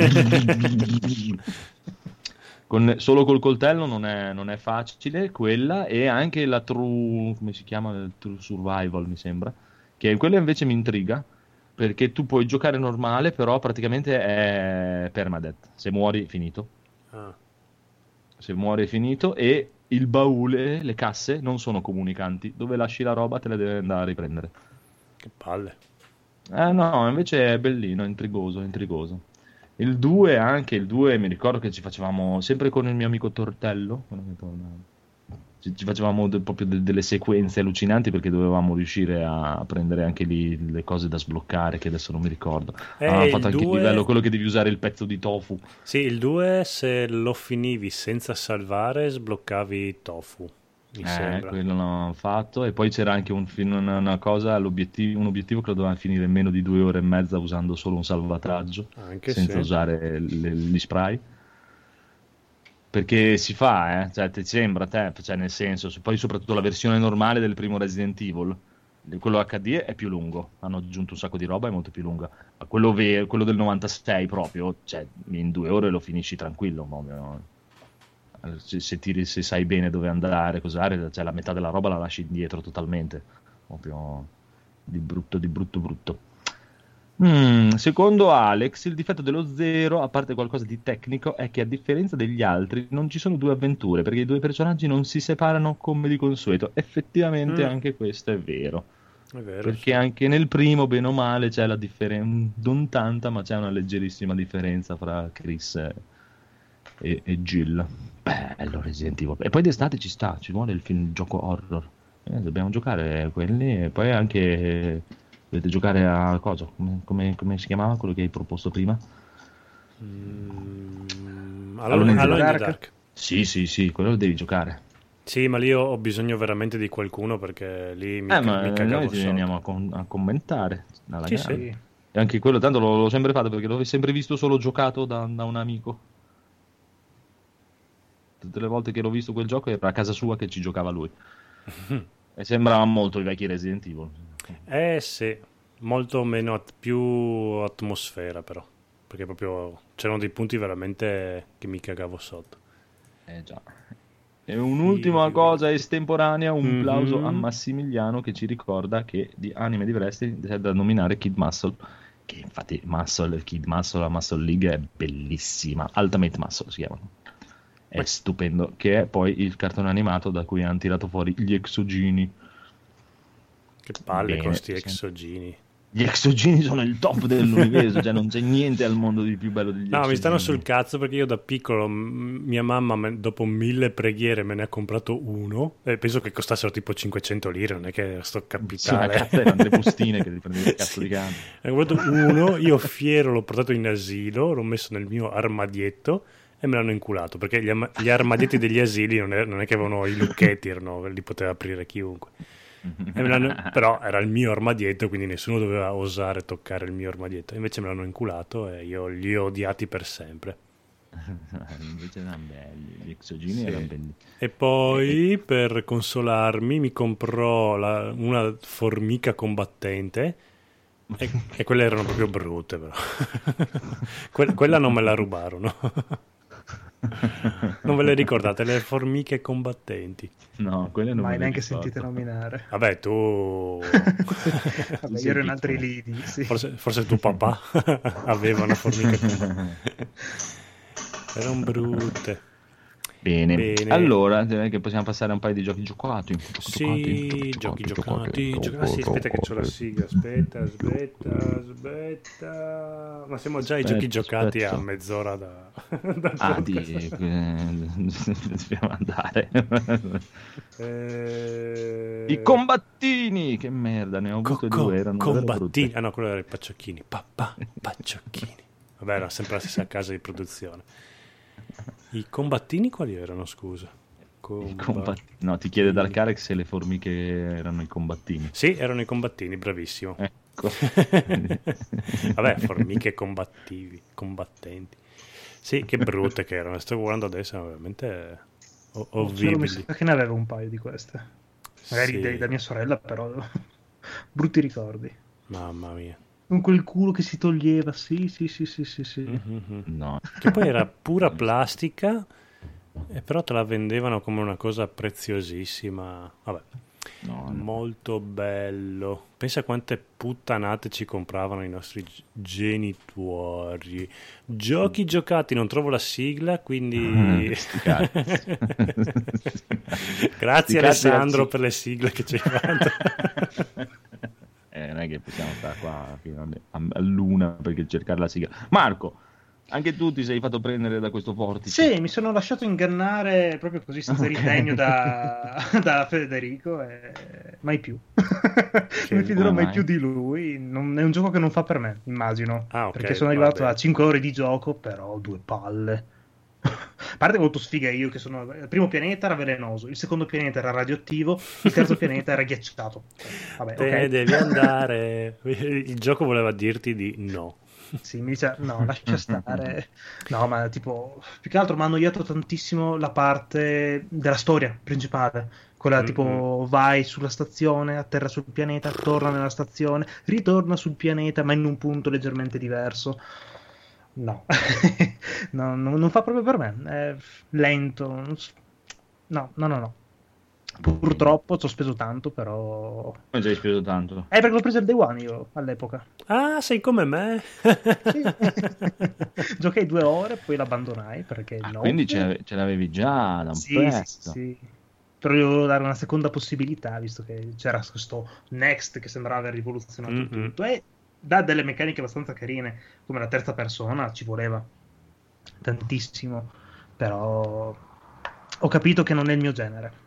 Solo col coltello non è facile quella, e anche la True, come si chiama? True Survival mi sembra, che quella invece mi intriga, perché tu puoi giocare normale, però praticamente è permadeath, se muori finito. Se muori è finito, e il baule, le casse non sono comunicanti, dove lasci la roba te la devi andare a riprendere. Che palle. No, invece è bellino, è intrigoso. Il 2 anche, mi ricordo che ci facevamo, sempre con il mio amico Tortello, ci facevamo proprio delle sequenze allucinanti, perché dovevamo riuscire a prendere anche lì le cose da sbloccare, che adesso non mi ricordo. Avevamo fatto anche il livello, quello che devi usare il pezzo di tofu. Sì, il 2 se lo finivi senza salvare sbloccavi tofu. Quello l'ho fatto, e poi c'era anche una cosa, un obiettivo che lo doveva finire in meno di 2 ore e mezza usando solo un salvataggio, senza usare gli spray, perché si fa, cioè ti sembra cioè nel senso, poi soprattutto la versione normale del primo Resident Evil, quello HD è più lungo, hanno aggiunto un sacco di roba, è molto più lunga, ma quello del 96 proprio, cioè in 2 ore lo finisci tranquillo, se sai bene dove andare, cos'are, cioè la metà della roba la lasci indietro totalmente, proprio di brutto. Secondo Alex, il difetto dello 0, a parte qualcosa di tecnico, è che a differenza degli altri non ci sono 2 avventure, perché i 2 personaggi non si separano come di consueto. Effettivamente anche questo è vero. È vero, perché anche nel primo, bene o male, c'è la differenza, non tanta, ma c'è una leggerissima differenza fra Chris e Jill. Bello Resident Evil. E poi d'estate ci vuole il gioco horror. Dobbiamo giocare quelli, e poi anche dovete giocare a cosa? Come si chiamava quello che hai proposto prima? Alone in the Dark. Sì, quello lo devi giocare. Sì, ma lì ho bisogno veramente di qualcuno, perché lì mi cagavo noi ti sotto. veniamo a commentare. Sì. E anche quello tanto l'ho sempre fatto, perché l'ho sempre visto solo giocato da un amico. Tutte le volte che l'ho visto quel gioco era a casa sua che ci giocava lui. E sembrava molto i vecchi Resident Evil. Sì, molto meno più atmosfera, però, perché proprio c'erano dei punti veramente che mi cagavo sotto. Già. E un'ultima cosa estemporanea, un plauso a Massimiliano, che ci ricorda che di anime di wrestling c'è da nominare Kid Muscle, che infatti Kid Muscle, la Muscle League è bellissima, Ultimate Muscle si chiamano. È stupendo, che è poi il cartone animato da cui hanno tirato fuori gli exogini. Che palle con sti exogini. Gli exogini sono il top dell'universo, cioè non c'è niente al mondo di più bello degli exogini. No, mi stanno sul cazzo, perché io da piccolo mia mamma dopo 1000 preghiere me ne ha comprato uno, e penso che costassero tipo 500 lire, non è che sto capitale. Sì, cazzo, erano le bustine che ti prendevi il cazzo di cane. Ne ho comprato uno, io fiero l'ho portato in asilo, l'ho messo nel mio armadietto e me l'hanno inculato, perché gli armadietti degli asili non è che avevano i lucchetti, li poteva aprire chiunque. Però era il mio armadietto, quindi nessuno doveva osare toccare il mio armadietto. Invece me l'hanno inculato e io li ho odiati per sempre. Invece erano belli, gli exogini erano belli. E poi per consolarmi mi comprò una formica combattente, e quelle erano proprio brutte, però. Quella non me la rubarono. Non ve le ricordate, le formiche combattenti? No, quelle non mai me le neanche ricordo. sentite nominare. Vabbè, tu Vabbè, io ero in altri lidi, sì. forse tuo papà aveva una formica. Erano brutte. Bene. Bene. Allora, direi che possiamo passare a un paio di giochi giocati. Sì, giochi giocati. Ah, sì, aspetta che c'ho la sigla. Aspetta. Ma siamo già ai giochi giocati a mezz'ora da Ah, podcast. dobbiamo andare. Eh, I combattini, che merda, ne ho avuto due, erano davvero combattini. brutte. Ah no, quello era i pacciocchini. Pacciocchini. Vabbè, era sempre la stessa casa di produzione. I combattini quali erano, scusa? No, ti chiede dal Carex se le formiche erano i combattini. Sì, erano i combattini, bravissimo. Ecco. Vabbè, formiche combattenti. Sì, che brutte che erano. Sto guardando adesso, erano veramente Mi orribili. sa che ne avevo un paio di queste. Magari Sì. da mia sorella, però brutti ricordi. Mamma mia. Con quel culo che si toglieva, sì. Mhm. No. Che poi era pura plastica, però te la vendevano come una cosa preziosissima. Vabbè, No. molto bello. Pensa quante puttanate ci compravano i nostri genitori. Giochi giocati, non trovo la sigla, quindi Sti cazzi. grazie Sti cazzi, Alessandro ragazzi. per le sigle che ci hai fatto. Non è che possiamo stare qua fino all'una perché cercare la sigla. Marco, anche tu ti sei fatto prendere da questo vortice. Sì, mi sono lasciato ingannare proprio così senza ritegno da Federico e mai più. Non mi fiderò mai mai? più di lui. È un gioco che non fa per me, immagino. Ah, ok, Perché sono va arrivato bene. a 5 ore di gioco, però due palle. A parte che ho avuto sfiga io, che sono... Il primo pianeta era velenoso, il secondo pianeta era radioattivo, il terzo pianeta era ghiacciato. Vabbè, Te ok. devi andare. Il gioco voleva dirti di no. Sì, mi dice no, lascia stare. No, ma tipo, più che altro mi ha annoiato tantissimo la parte della storia principale. Quella tipo vai sulla stazione, atterra sul pianeta, torna nella stazione, ritorna sul pianeta, ma in un punto leggermente diverso. No, no, non fa proprio per me. È lento. No. Purtroppo ci ho speso tanto, però. Come ci hai speso tanto? Perché l'ho preso il Day One io all'epoca. Ah, sei come me. Sì. Giocai 2 ore, poi l'abbandonai perché no. Quindi ce l'avevi già da un Sì, pezzo. sì. Però io volevo dare una seconda possibilità, visto che c'era questo Next che sembrava aver rivoluzionato tutto. E dà delle meccaniche abbastanza carine, come la terza persona, ci voleva tantissimo. Però ho capito che non è il mio genere.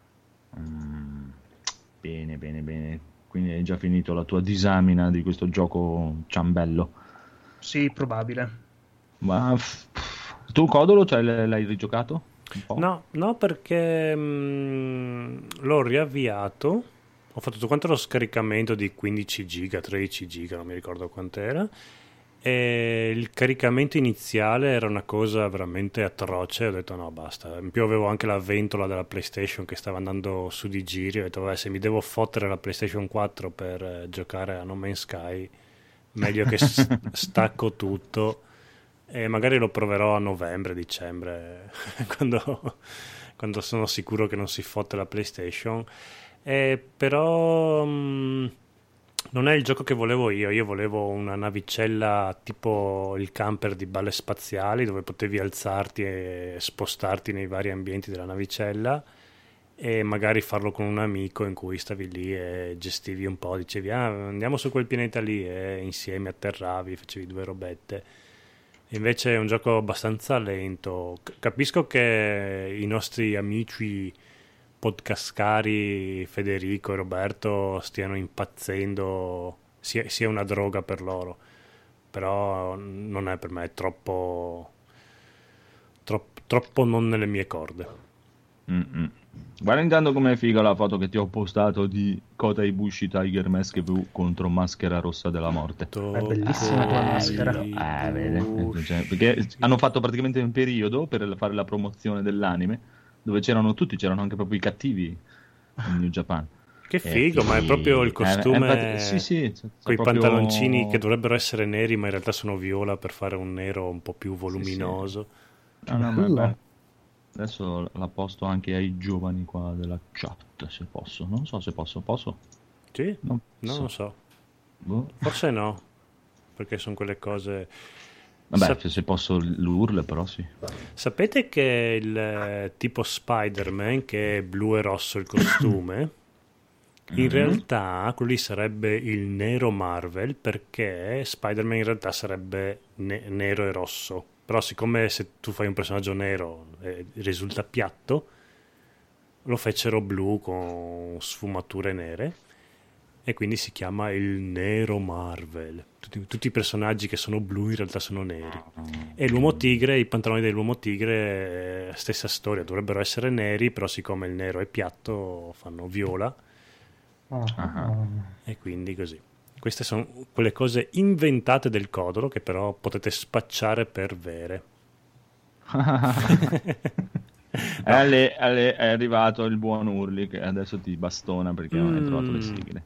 Bene. Quindi hai già finito la tua disamina di questo gioco ciambello. Sì, probabile. Ma tu Codolo l'hai rigiocato? Un po'? No, perché l'ho riavviato. Ho fatto tutto quanto lo scaricamento di 15 giga, 13 giga, non mi ricordo quant'era. E il caricamento iniziale era una cosa veramente atroce. Ho detto no, basta. In più avevo anche la ventola della PlayStation che stava andando su di giri. Ho detto vabbè, se mi devo fottere la PlayStation 4 per giocare a No Man's Sky, meglio che stacco tutto. E magari lo proverò a novembre, dicembre, quando sono sicuro che non si fotte la PlayStation. Però non è il gioco che volevo io volevo una navicella tipo il camper di Balle Spaziali, dove potevi alzarti e spostarti nei vari ambienti della navicella e magari farlo con un amico in cui stavi lì e gestivi un po', dicevi andiamo su quel pianeta lì e insieme atterravi, facevi due robette. Invece è un gioco abbastanza lento. Capisco che i nostri amici podcastari Federico e Roberto stiano impazzendo, sia una droga per loro, però non è per me, è troppo non nelle mie corde. Guarda intanto com'è figa la foto che ti ho postato di Kota Ibushi Tiger Mask V contro Maschera Rossa della Morte. È bellissima quella maschera. Vede? Cioè, perché hanno fatto praticamente un periodo per fare la promozione dell'anime dove c'erano anche proprio i cattivi in New Japan. Che figo, ma è proprio il costume, sì, quei proprio... pantaloncini che dovrebbero essere neri ma in realtà sono viola per fare un nero un po' più voluminoso. No, ma adesso la posto anche ai giovani qua della chat, se posso. Non so se posso. Sì? Non Non lo so. Boh. Forse no, perché sono quelle cose... Vabbè, se posso l'URL, però sì. Sapete che il tipo Spider-Man, che è blu e rosso il costume, in realtà quello lì sarebbe il nero Marvel, perché Spider-Man in realtà sarebbe nero e rosso. Però siccome se tu fai un personaggio nero risulta piatto, lo fecero blu con sfumature nere e quindi si chiama il nero Marvel. Tutti i personaggi che sono blu in realtà sono neri. E l'uomo tigre, i pantaloni dell'uomo tigre, stessa storia, dovrebbero essere neri, però siccome il nero è piatto fanno viola e quindi così. Queste sono quelle cose inventate del Codolo che però potete spacciare per vere. È arrivato il buon Urli che adesso ti bastona perché non hai trovato le sigle.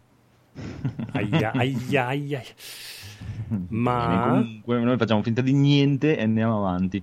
Aia. Ma comunque noi facciamo finta di niente e andiamo avanti.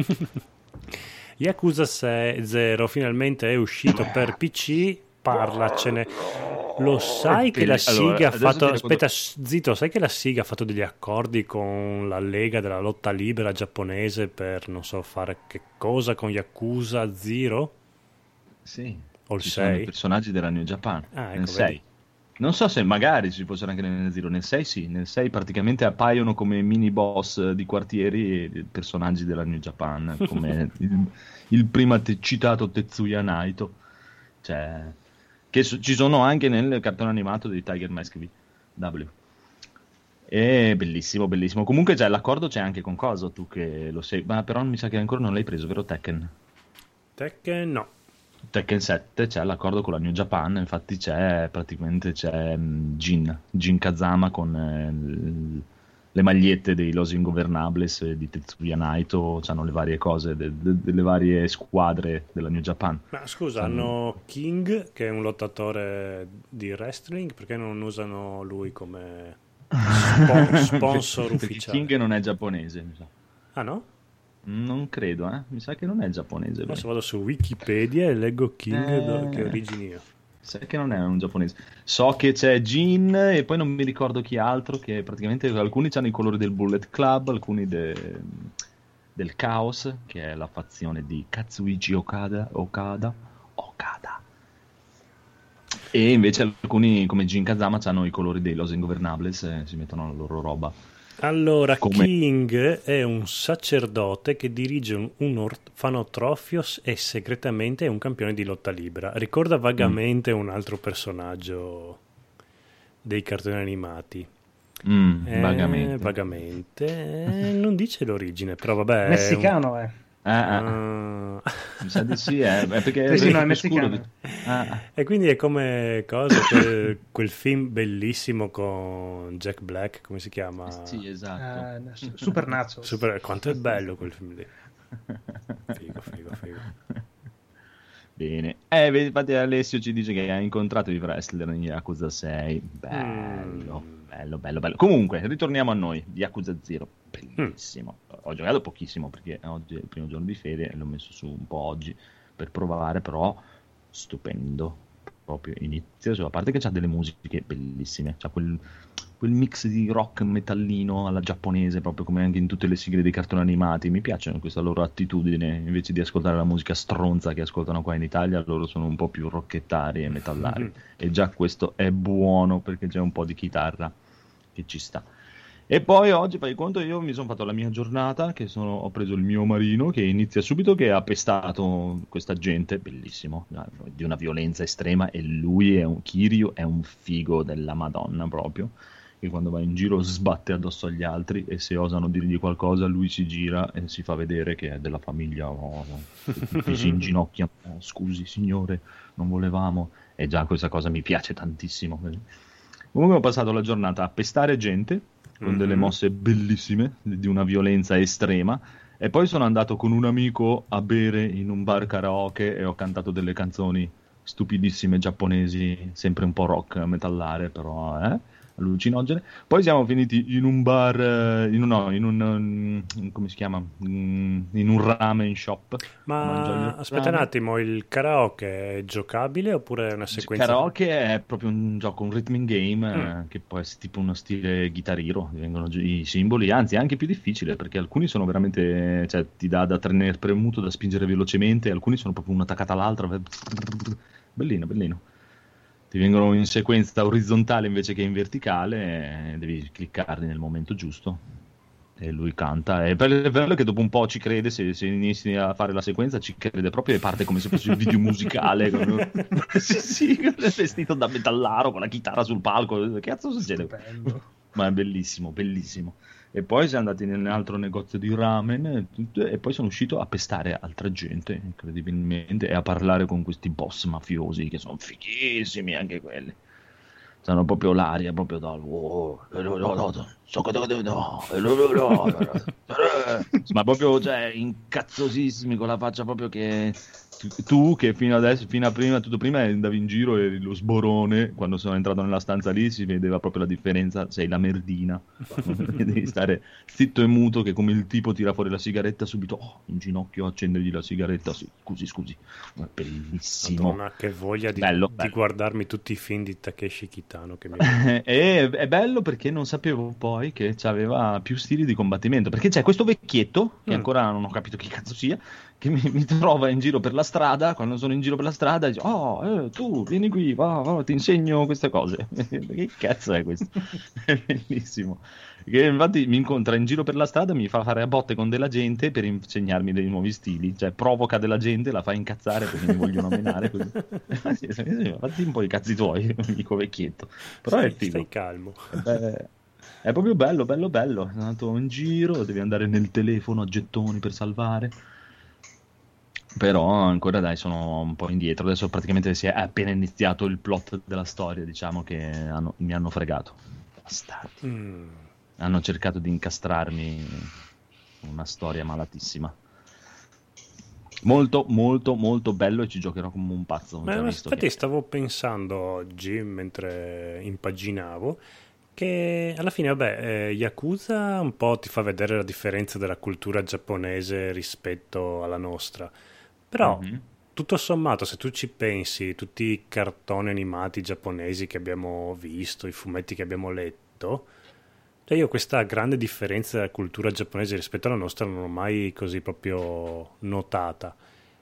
Yakuza 0 finalmente è uscito per PC. Parlacene. Lo sai che la SIGA ha fatto... Aspetta, zitto, sai che la SIGA ha fatto degli accordi con la Lega della lotta libera giapponese per non so fare che cosa con Yakuza 0? Sì. O il ci 6? sono i personaggi della New Japan. Ecco, nel 6. Vedi. Non so se magari ci fossero anche nel 0. Nel 6 sì. Nel 6 praticamente appaiono come mini boss di quartieri e personaggi della New Japan. Come il prima citato Tetsuya Naito. Cioè... che ci sono anche nel cartone animato di Tiger Mask W. È bellissimo. Comunque l'accordo c'è anche con Coso, tu che lo sai, ma però mi sa che ancora non l'hai preso, vero Tekken? Tekken no. Tekken 7 c'è l'accordo con la New Japan, infatti c'è Jin Kazama con le magliette dei Los Ingovernables di Tetsuya Naito, c'hanno le varie cose delle varie squadre della New Japan. Ma scusa, hanno King che è un lottatore di wrestling, perché non usano lui come sponsor ufficiale? King non è giapponese, mi sa. Ah no? Non credo, mi sa che non è giapponese. Adesso vado su Wikipedia e leggo King che origini io. Sai che non è un giapponese. So che c'è Jin e poi non mi ricordo chi altro, che praticamente alcuni hanno i colori del Bullet Club, alcuni del Chaos, che è la fazione di Katsuichi Okada. E invece alcuni come Jin Kazama hanno i colori dei Los Ingovernables e si mettono la loro roba. Allora, King è un sacerdote che dirige un orfanotrofio e segretamente è un campione di lotta libera. Ricorda vagamente un altro personaggio dei cartoni animati. Vagamente. Non dice l'origine, però vabbè. Messicano, Mi sa di sì, è perché sì, no, è messicano. E quindi è come quel film bellissimo con Jack Black, come si chiama? Sì, esatto. Supernatural. Quanto è bello quel film lì. Figo. Bene. Infatti Alessio ci dice che ha incontrato i wrestler in Yakuza 6. Bello. Comunque, ritorniamo a noi. Yakuza 0. Bellissimo. Ho giocato pochissimo perché oggi è il primo giorno di ferie e l'ho messo su un po' oggi per provare, però stupendo. Proprio inizio, a parte che c'ha delle musiche bellissime, c'ha quel mix di rock metallino alla giapponese, proprio come anche in tutte le sigle dei cartoni animati. Mi piace questa loro attitudine, invece di ascoltare la musica stronza che ascoltano qua in Italia, loro sono un po' più rockettari e metallari, e già questo è buono perché c'è un po' di chitarra che ci sta. E poi oggi, fai conto, io mi sono fatto la mia giornata, ho preso il mio Marino, che inizia subito che ha pestato questa gente, bellissimo, di una violenza estrema, e lui Kiryu è un figo della Madonna proprio, che quando va in giro sbatte addosso agli altri e se osano dirgli qualcosa lui si gira e si fa vedere che è della famiglia, si inginocchia, scusi signore, non volevamo, e già questa cosa mi piace tantissimo. Comunque ho passato la giornata a pestare gente, con delle mosse bellissime, di una violenza estrema, e poi sono andato con un amico a bere in un bar karaoke e ho cantato delle canzoni stupidissime giapponesi, sempre un po' rock metallare, però allucinogene. Poi siamo finiti in un bar, come si chiama? In un ramen shop. Ma aspetta un attimo, il karaoke è giocabile oppure è una sequenza? Il karaoke è proprio un gioco, un rhythm game che può essere tipo uno stile Guitar Hero, vengono i simboli, anzi è anche più difficile perché alcuni sono veramente, cioè ti dà da tenere premuto, da spingere velocemente, alcuni sono proprio una attaccata all'altra, bellino, bellino. Ti vengono in sequenza orizzontale invece che in verticale, devi cliccarli nel momento giusto e lui canta. È bello che dopo un po' ci crede, se inizi a fare la sequenza ci crede proprio e parte come se fosse un video musicale. sì, vestito da metallaro con la chitarra sul palco. Che cazzo succede? Ma è bellissimo, bellissimo. E poi siamo andati nell'altro negozio di ramen e poi sono uscito a pestare altra gente, incredibilmente, e a parlare con questi boss mafiosi che sono fighissimi anche quelli. Sono proprio l'aria, proprio dal ma proprio, cioè, incazzosissimi con la faccia proprio che tu che fino a prima, tutto prima andavi in giro e lo sborone, quando sono entrato nella stanza lì si vedeva proprio la differenza, sei la merdina. Devi stare zitto e muto che come il tipo tira fuori la sigaretta subito in ginocchio accendergli la sigaretta, sì, scusi. Ma bellissimo. Madonna, che voglia di bello. guardarmi tutti i film di Takeshi Kitano che mi... è bello perché non sapevo poi che c'aveva più stili di combattimento, perché c'è questo vecchietto che ancora non ho capito chi cazzo sia, che mi trova in giro per la strada, quando sono in giro per la strada dice tu vieni qui, va, ti insegno queste cose. Che cazzo è questo? È bellissimo, che infatti mi incontra in giro per la strada, mi fa fare a botte con della gente per insegnarmi dei nuovi stili, cioè provoca della gente, la fa incazzare perché mi vogliono menare così. Fatti un po' i cazzi tuoi, dico vecchietto, però è figo. Stai calmo. È proprio bello, sono andato in giro, devi andare nel telefono a gettoni per salvare. Però ancora dai, sono un po' indietro. Adesso praticamente si è appena iniziato il plot della storia, diciamo che mi hanno fregato. Bastardi. Hanno cercato di incastrarmi una storia malatissima. Molto, molto, molto bello e ci giocherò come un pazzo. Ma infatti stavo pensando oggi, mentre impaginavo, che alla fine, Yakuza un po' ti fa vedere la differenza della cultura giapponese rispetto alla nostra. Però, tutto sommato, se tu ci pensi, tutti i cartoni animati giapponesi che abbiamo visto, i fumetti che abbiamo letto, cioè io questa grande differenza della cultura giapponese rispetto alla nostra non l'ho mai così proprio notata.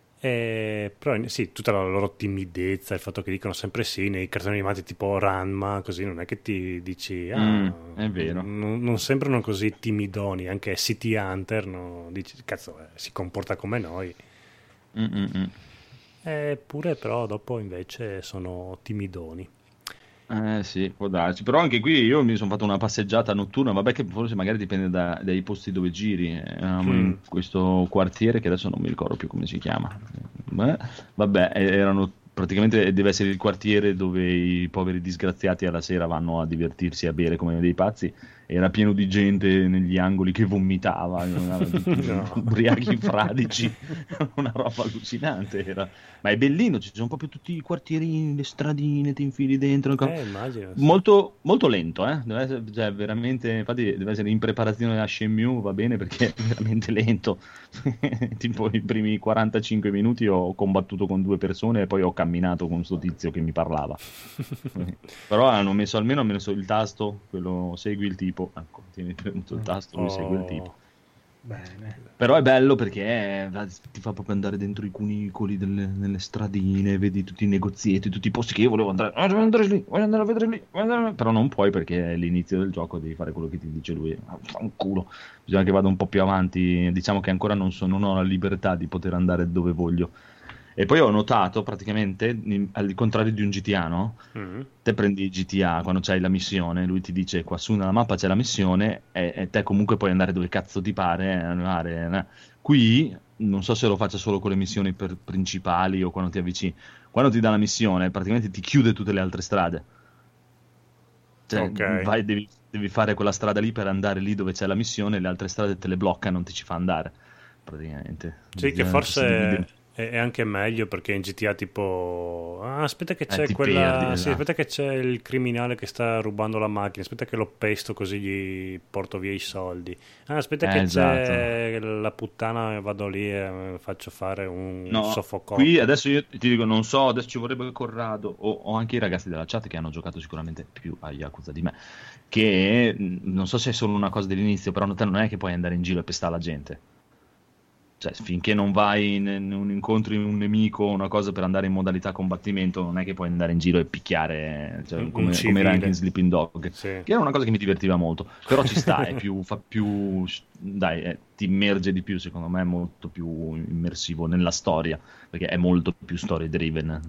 Però sì, tutta la loro timidezza, il fatto che dicono sempre sì nei cartoni animati tipo Ranma, così non è che ti dici è vero, non sembrano così timidoni. Anche City Hunter, no? Dici cazzo, si comporta come noi. Eppure però dopo invece sono timidoni. Sì, può darsi. Però anche qui io mi sono fatto una passeggiata notturna, vabbè che forse magari dipende dai posti dove giri. In questo quartiere che adesso non mi ricordo più come si chiama. Vabbè, erano praticamente, deve essere il quartiere dove i poveri disgraziati alla sera vanno a divertirsi e a bere come dei pazzi. Era pieno di gente negli angoli che vomitava, ubriachi fradici, una roba allucinante era. Ma è bellino, ci sono proprio tutti i quartierini, le stradine, ti infili dentro. Immagino, sì. Molto, molto lento, deve essere, cioè, veramente, infatti deve essere in preparazione a Shenmue, va bene perché è veramente lento. Tipo i primi 45 minuti ho combattuto con 2 persone e poi ho camminato con sto tizio che mi parlava. Però hanno messo il tasto, quello segui il tipo. Ecco, tieni premuto il tasto, lui segue il tipo. Bene. Però è bello perché ti fa proprio andare dentro i cunicoli nelle stradine, vedi tutti i negozietti, tutti i posti che io volevo andare. Voglio andare lì, voglio andare a vedere lì, però non puoi perché è l'inizio del gioco, devi fare quello che ti dice lui. Fa un culo. Bisogna che vada un po' più avanti. Diciamo che ancora non ho la libertà di poter andare dove voglio. E poi ho notato praticamente, al contrario di un GTA, no? Te prendi il GTA quando c'hai la missione, lui ti dice qua su nella mappa c'è la missione e te comunque puoi andare dove cazzo ti pare. Qui non so se lo faccia solo con le missioni principali o quando ti avvicini. Quando ti dà la missione praticamente ti chiude tutte le altre strade. Cioè vai, devi fare quella strada lì per andare lì dove c'è la missione, le altre strade te le blocca e non ti ci fa andare praticamente. Sì, che forse È anche meglio perché in GTA tipo aspetta che c'è ti quella perdi, sì, esatto. aspetta che c'è il criminale che sta rubando la macchina, aspetta che lo pesto così gli porto via i soldi, aspetta che Esatto. c'è la puttana, vado lì e faccio fare un No, qui soffocotto. adesso io ti dico, non so, adesso ci vorrebbe Corrado o anche i ragazzi della chat che hanno giocato sicuramente più a Yakuza di me, che non so se è solo una cosa dell'inizio, però te non è che puoi andare in giro e pestare la gente. Cioè, finché non vai in un incontro in un nemico o una cosa per andare in modalità combattimento, non è che puoi andare in giro e picchiare, cioè, Un come era anche in civile. Sleeping Dog, Sì. che era una cosa che mi divertiva molto. Però ci sta, fa più, dai, ti immerge di più, secondo me è molto più immersivo nella storia, perché è molto più story driven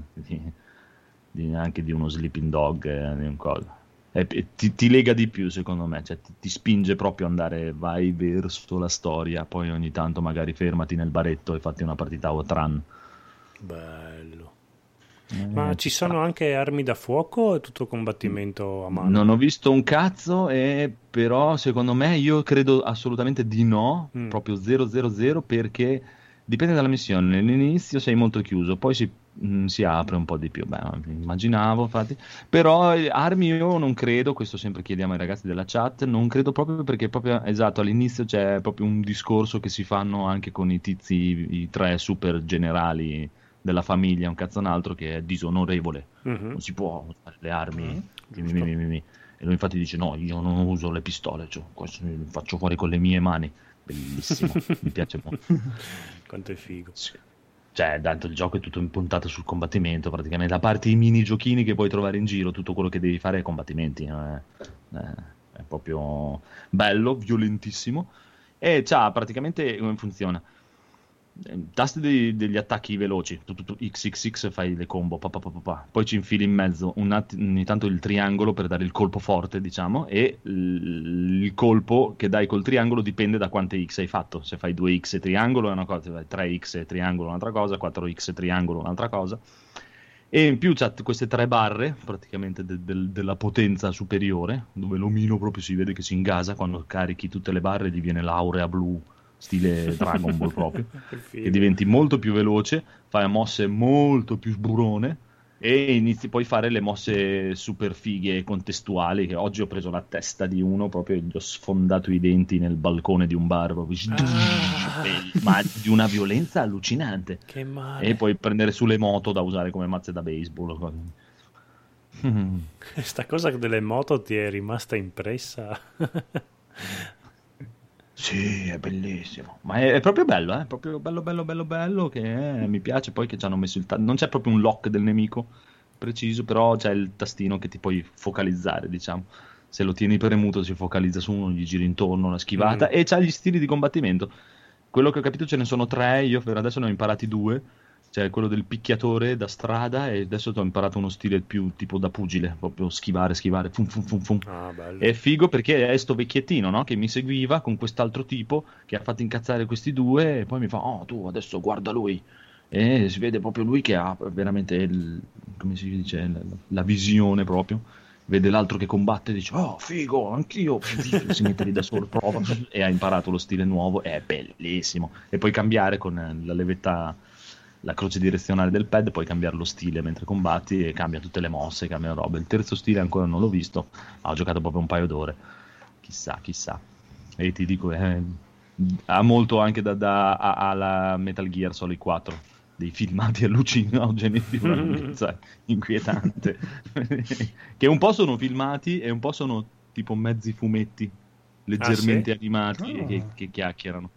anche di uno Sleeping Dog, di un coso. Ti lega di più, secondo me, cioè ti spinge proprio ad andare, vai verso la storia, poi ogni tanto magari fermati nel baretto e fatti una partita a Outrun. Bello. Ma ci sta. sono anche armi da fuoco o è tutto combattimento a mano? Non ho visto un cazzo, però secondo me io credo assolutamente di no, proprio 000, perché dipende dalla missione. All'inizio sei molto chiuso, poi si apre un po' di più. Beh, immaginavo, infatti. Però armi io non credo, questo sempre chiediamo ai ragazzi della chat, non credo proprio perché proprio, esatto, all'inizio c'è proprio un discorso che si fanno anche con i tizi, i tre super generali della famiglia, un cazzo un altro, che è disonorevole. Non si può usare le armi. Giusto. E lui infatti dice no, io non uso le pistole, cioè, questo lo faccio fuori con le mie mani. Bellissimo, mi piace molto. Quanto è figo. Sì. Cioè, tanto il gioco è tutto impuntato sul combattimento, praticamente, a parte i mini giochini che puoi trovare in giro, tutto quello che devi fare è combattimenti. È proprio bello, violentissimo. E c'ha praticamente come funziona. Tasti degli attacchi veloci, tu, XXX fai le combo, poi ci infili in mezzo ogni tanto il triangolo per dare il colpo forte, diciamo, e il colpo che dai col triangolo dipende da quante X hai fatto. Se fai 2X e triangolo è una cosa, 3X e triangolo è un'altra cosa, 4X e triangolo è un'altra cosa. E in più c'ha queste tre barre, praticamente della potenza superiore, dove l'omino proprio si vede che si ingasa quando carichi tutte le barre, gli viene l'aurea blu stile Dragon Ball proprio, che diventi molto più veloce, fai mosse molto più sburone e inizi poi a fare le mosse super fighe e contestuali, che oggi ho preso la testa di uno proprio e gli ho sfondato i denti nel balcone di un bar proprio, ma di una violenza allucinante. Che male. E poi prendere sulle moto da usare come mazze da baseball. Sta cosa delle moto ti è rimasta impressa? Sì, è bellissimo, ma è proprio bello, è proprio bello che mi piace poi che ci hanno messo non c'è proprio un lock del nemico preciso, però c'è il tastino che ti puoi focalizzare, diciamo. Se lo tieni premuto si focalizza su uno, gli giri intorno, la schivata, e c'ha gli stili di combattimento. Quello che ho capito ce ne sono tre, io per adesso ne ho imparati due. C'è quello del picchiatore da strada e adesso ho imparato uno stile più tipo da pugile, proprio schivare, fum, fum, fum, fum. Bello. È figo perché è sto vecchiettino, no? Che mi seguiva con quest'altro tipo che ha fatto incazzare questi due e poi mi fa, oh tu adesso guarda lui. E si vede proprio lui che ha veramente, come si dice, la visione proprio. Vede l'altro che combatte e dice, oh figo, anch'io. Si mette lì da solo, prova e ha imparato lo stile nuovo, è bellissimo. E puoi cambiare con la levetta, la croce direzionale del pad, puoi cambiare lo stile mentre combatti e cambia tutte le mosse, cambia robe. Il terzo stile ancora non l'ho visto, ho giocato proprio un paio d'ore, chissà. E ti dico, ha molto anche alla Metal Gear Solid 4, dei filmati allucinogeni di una lunghezza inquietante, che un po' sono filmati e un po' sono tipo mezzi fumetti leggermente sì? animati che chiacchierano.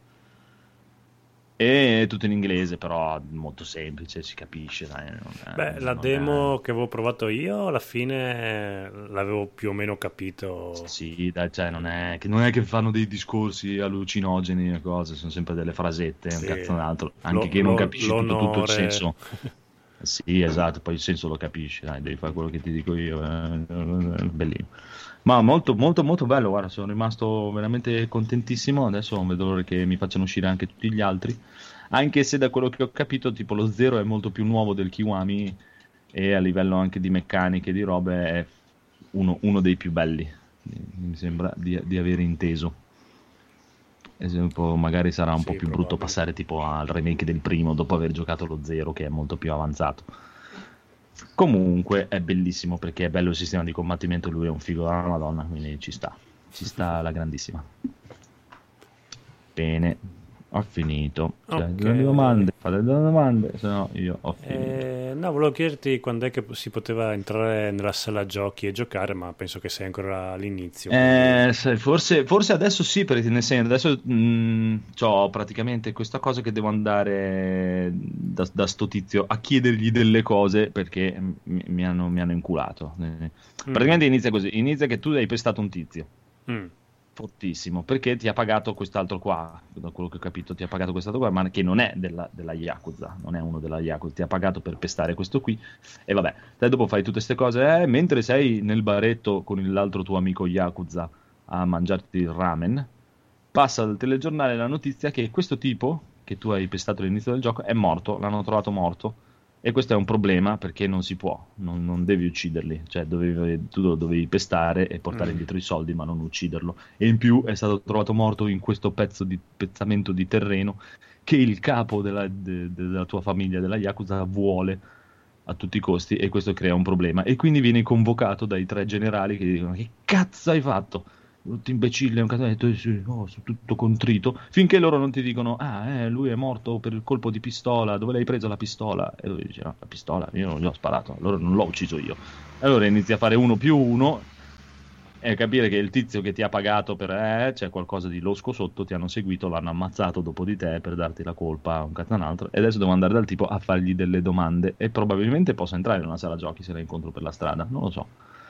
E tutto in inglese, però molto semplice, si capisce. Dai, La demo che avevo provato io, alla fine l'avevo più o meno capito. Sì, dai, cioè non è che fanno dei discorsi allucinogeni e cose, sono sempre delle frasette, Sì. un cazzo d'altro, anche che non capisci tutto il senso. Sì, esatto, poi il senso lo capisci, dai, devi fare quello che ti dico io, bellino. Ma molto molto molto bello, guarda, sono rimasto veramente contentissimo, adesso non vedo l'ora che mi facciano uscire anche tutti gli altri, anche se da quello che ho capito tipo lo Zero è molto più nuovo del Kiwami e a livello anche di meccaniche e di robe è uno dei più belli, mi sembra di aver inteso. magari sarà un po' Sì, più brutto probabile. passare tipo al remake del primo dopo aver giocato lo 0 che è molto più avanzato. Comunque è bellissimo perché è bello il sistema di combattimento, lui è un figo della Madonna, quindi ci sta alla grandissima. Bene, ho finito. Cioè, Ok. delle domande, fate delle domande, se no io ho finito. No, volevo chiederti quando è che si poteva entrare nella sala giochi e giocare, ma penso che sei ancora all'inizio. Quindi... Forse adesso sì, perché nel senso adesso ho praticamente questa cosa che devo andare da sto tizio a chiedergli delle cose perché mi hanno inculato. Praticamente inizia così, inizia che tu hai pestato un tizio. Mm. Fortissimo, perché ti ha pagato quest'altro qua, da quello che ho capito ti ha pagato quest'altro qua, ma che non è della Yakuza, non è uno della Yakuza, ti ha pagato per pestare questo qui, e vabbè, te dopo fai tutte queste cose, mentre sei nel baretto con l'altro tuo amico Yakuza a mangiarti il ramen, passa dal telegiornale la notizia che questo tipo, che tu hai pestato all'inizio del gioco, è morto, l'hanno trovato morto. E questo è un problema perché non si può, non devi ucciderli, cioè tu lo dovevi pestare e portare indietro i soldi ma non ucciderlo. E in più è stato trovato morto in questo pezzamento di terreno che il capo della tua famiglia, della Yakuza, vuole a tutti i costi e questo crea un problema. E quindi vieni convocato dai 3 generali che dicono che cazzo hai fatto? Tutto imbecille, un cazzo, sono tutto contrito, finché loro non ti dicono lui è morto per il colpo di pistola, dove l'hai preso la pistola? E lui dice no, la pistola, io non gli ho sparato, allora non l'ho ucciso io. E allora inizi a fare 1 più 1 e capire che il tizio che ti ha pagato per c'è qualcosa di losco sotto, ti hanno seguito, l'hanno ammazzato dopo di te per darti la colpa, un cazzo un altro, e adesso devo andare dal tipo a fargli delle domande e probabilmente posso entrare in una sala giochi se la incontro per la strada, non lo so.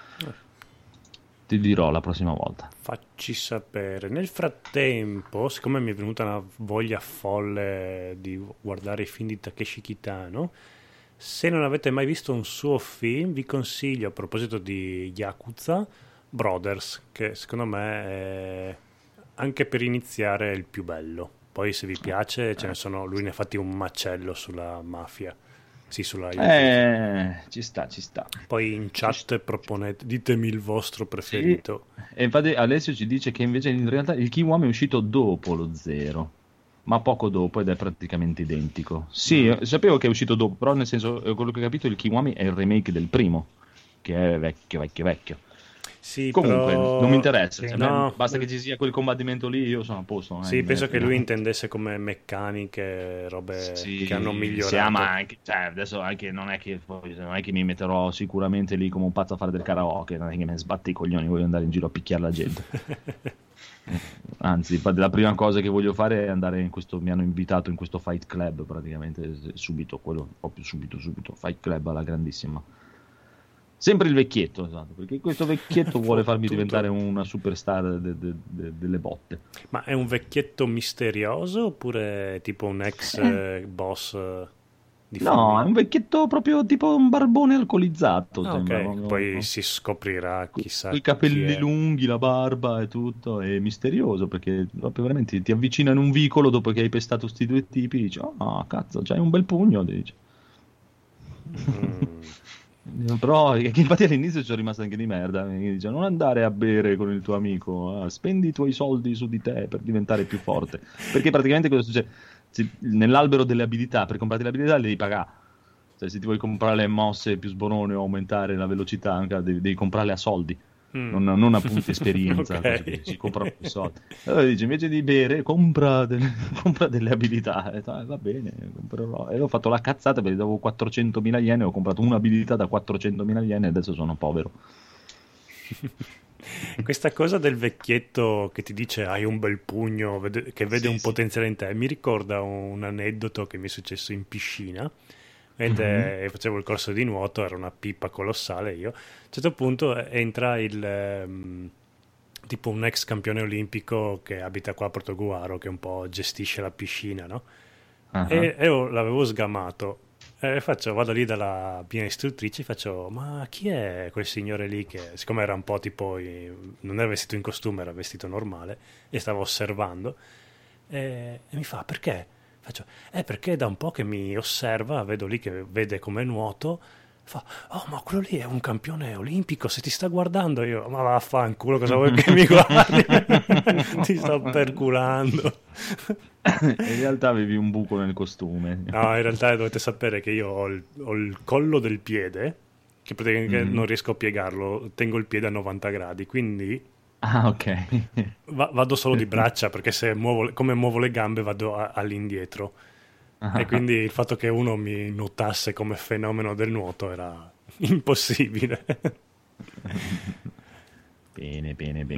Ti dirò la prossima volta. Facci sapere. Nel frattempo, siccome mi è venuta una voglia folle di guardare i film di Takeshi Kitano, se non avete mai visto un suo film, vi consiglio, a proposito di Yakuza, Brothers, che secondo me è anche per iniziare il più bello. Poi se vi piace, lui ne ha fatti un macello sulla mafia. Sì, sulla Yakuza. Ci sta. Poi in chat proponete, ditemi il vostro preferito. Sì. E infatti Alessio ci dice che invece in realtà il Kiwami è uscito dopo lo 0, ma poco dopo ed è praticamente identico. Sì, sapevo che è uscito dopo, però nel senso, quello che ho capito, il Kiwami è il remake del primo, che è vecchio. Sì, Comunque, però... non mi interessa, cioè, no, basta che ci sia quel combattimento lì, io sono a posto. Sì, penso che lui intendesse come meccaniche, robe che hanno migliorato. Sì, ma anche, cioè, adesso anche non è che mi metterò sicuramente lì come un pazzo a fare del karaoke, non è che mi sbatte i coglioni, voglio andare in giro a picchiare la gente. Anzi, la prima cosa che voglio fare è andare in questo, mi hanno invitato in questo Fight Club praticamente subito, quello proprio subito, Fight Club alla grandissima. Sempre il vecchietto, esatto, perché questo vecchietto vuole farmi diventare una superstar delle botte. Ma è un vecchietto misterioso oppure tipo un ex boss di No, film? è un vecchietto proprio tipo un barbone alcolizzato. Ah, sembra, ok, poi si scoprirà chissà i capelli chi è. lunghi, la barba e tutto, è misterioso perché proprio veramente ti avvicina in un vicolo dopo che hai pestato sti 2 tipi, dici, cazzo, c'hai un bel pugno, dici. Però infatti all'inizio ci sono rimasto anche di merda, mi dice non andare a bere con il tuo amico, spendi i tuoi soldi su di te per diventare più forte, perché praticamente cosa succede? Nell'albero delle abilità, per comprare le abilità le devi pagare, cioè se ti vuoi comprare le mosse più sborone o aumentare la velocità anche, devi comprarle a soldi, non a punti esperienza, Ok. così, si compra più soldi. Allora dice invece di bere compra delle abilità, e va bene, comprerò. E ho fatto la cazzata perché dopo 400.000 yen ho comprato un'abilità da 400.000 yen e adesso sono povero. Questa cosa del vecchietto che ti dice hai un bel pugno, che vede un potenziale in te, mi ricorda un aneddoto che mi è successo in piscina. Mentre facevo il corso di nuoto, era una pippa colossale io. A un certo punto entra tipo un ex campione olimpico che abita qua a Portoguaro, che un po' gestisce la piscina, no? E io l'avevo sgamato. Vado lì dalla mia istruttrice e faccio, ma chi è quel signore lì che, siccome era un po' tipo, non era vestito in costume, era vestito normale, e stava osservando, e mi fa, perché? Faccio, perché da un po' che mi osserva, vedo lì che vede come nuoto, Fa, oh, ma quello lì è un campione olimpico, se ti sta guardando. Io, ma vaffanculo, cosa vuoi che mi guardi? Ti sto perculando. In realtà avevi un buco nel costume. No, in realtà dovete sapere che io ho il collo del piede, che praticamente non riesco a piegarlo, tengo il piede a 90 gradi, quindi Ah, ok. vado solo di braccia, perché se come muovo le gambe vado all'indietro. E quindi il fatto che uno mi nuotasse come fenomeno del nuoto era impossibile. Bene.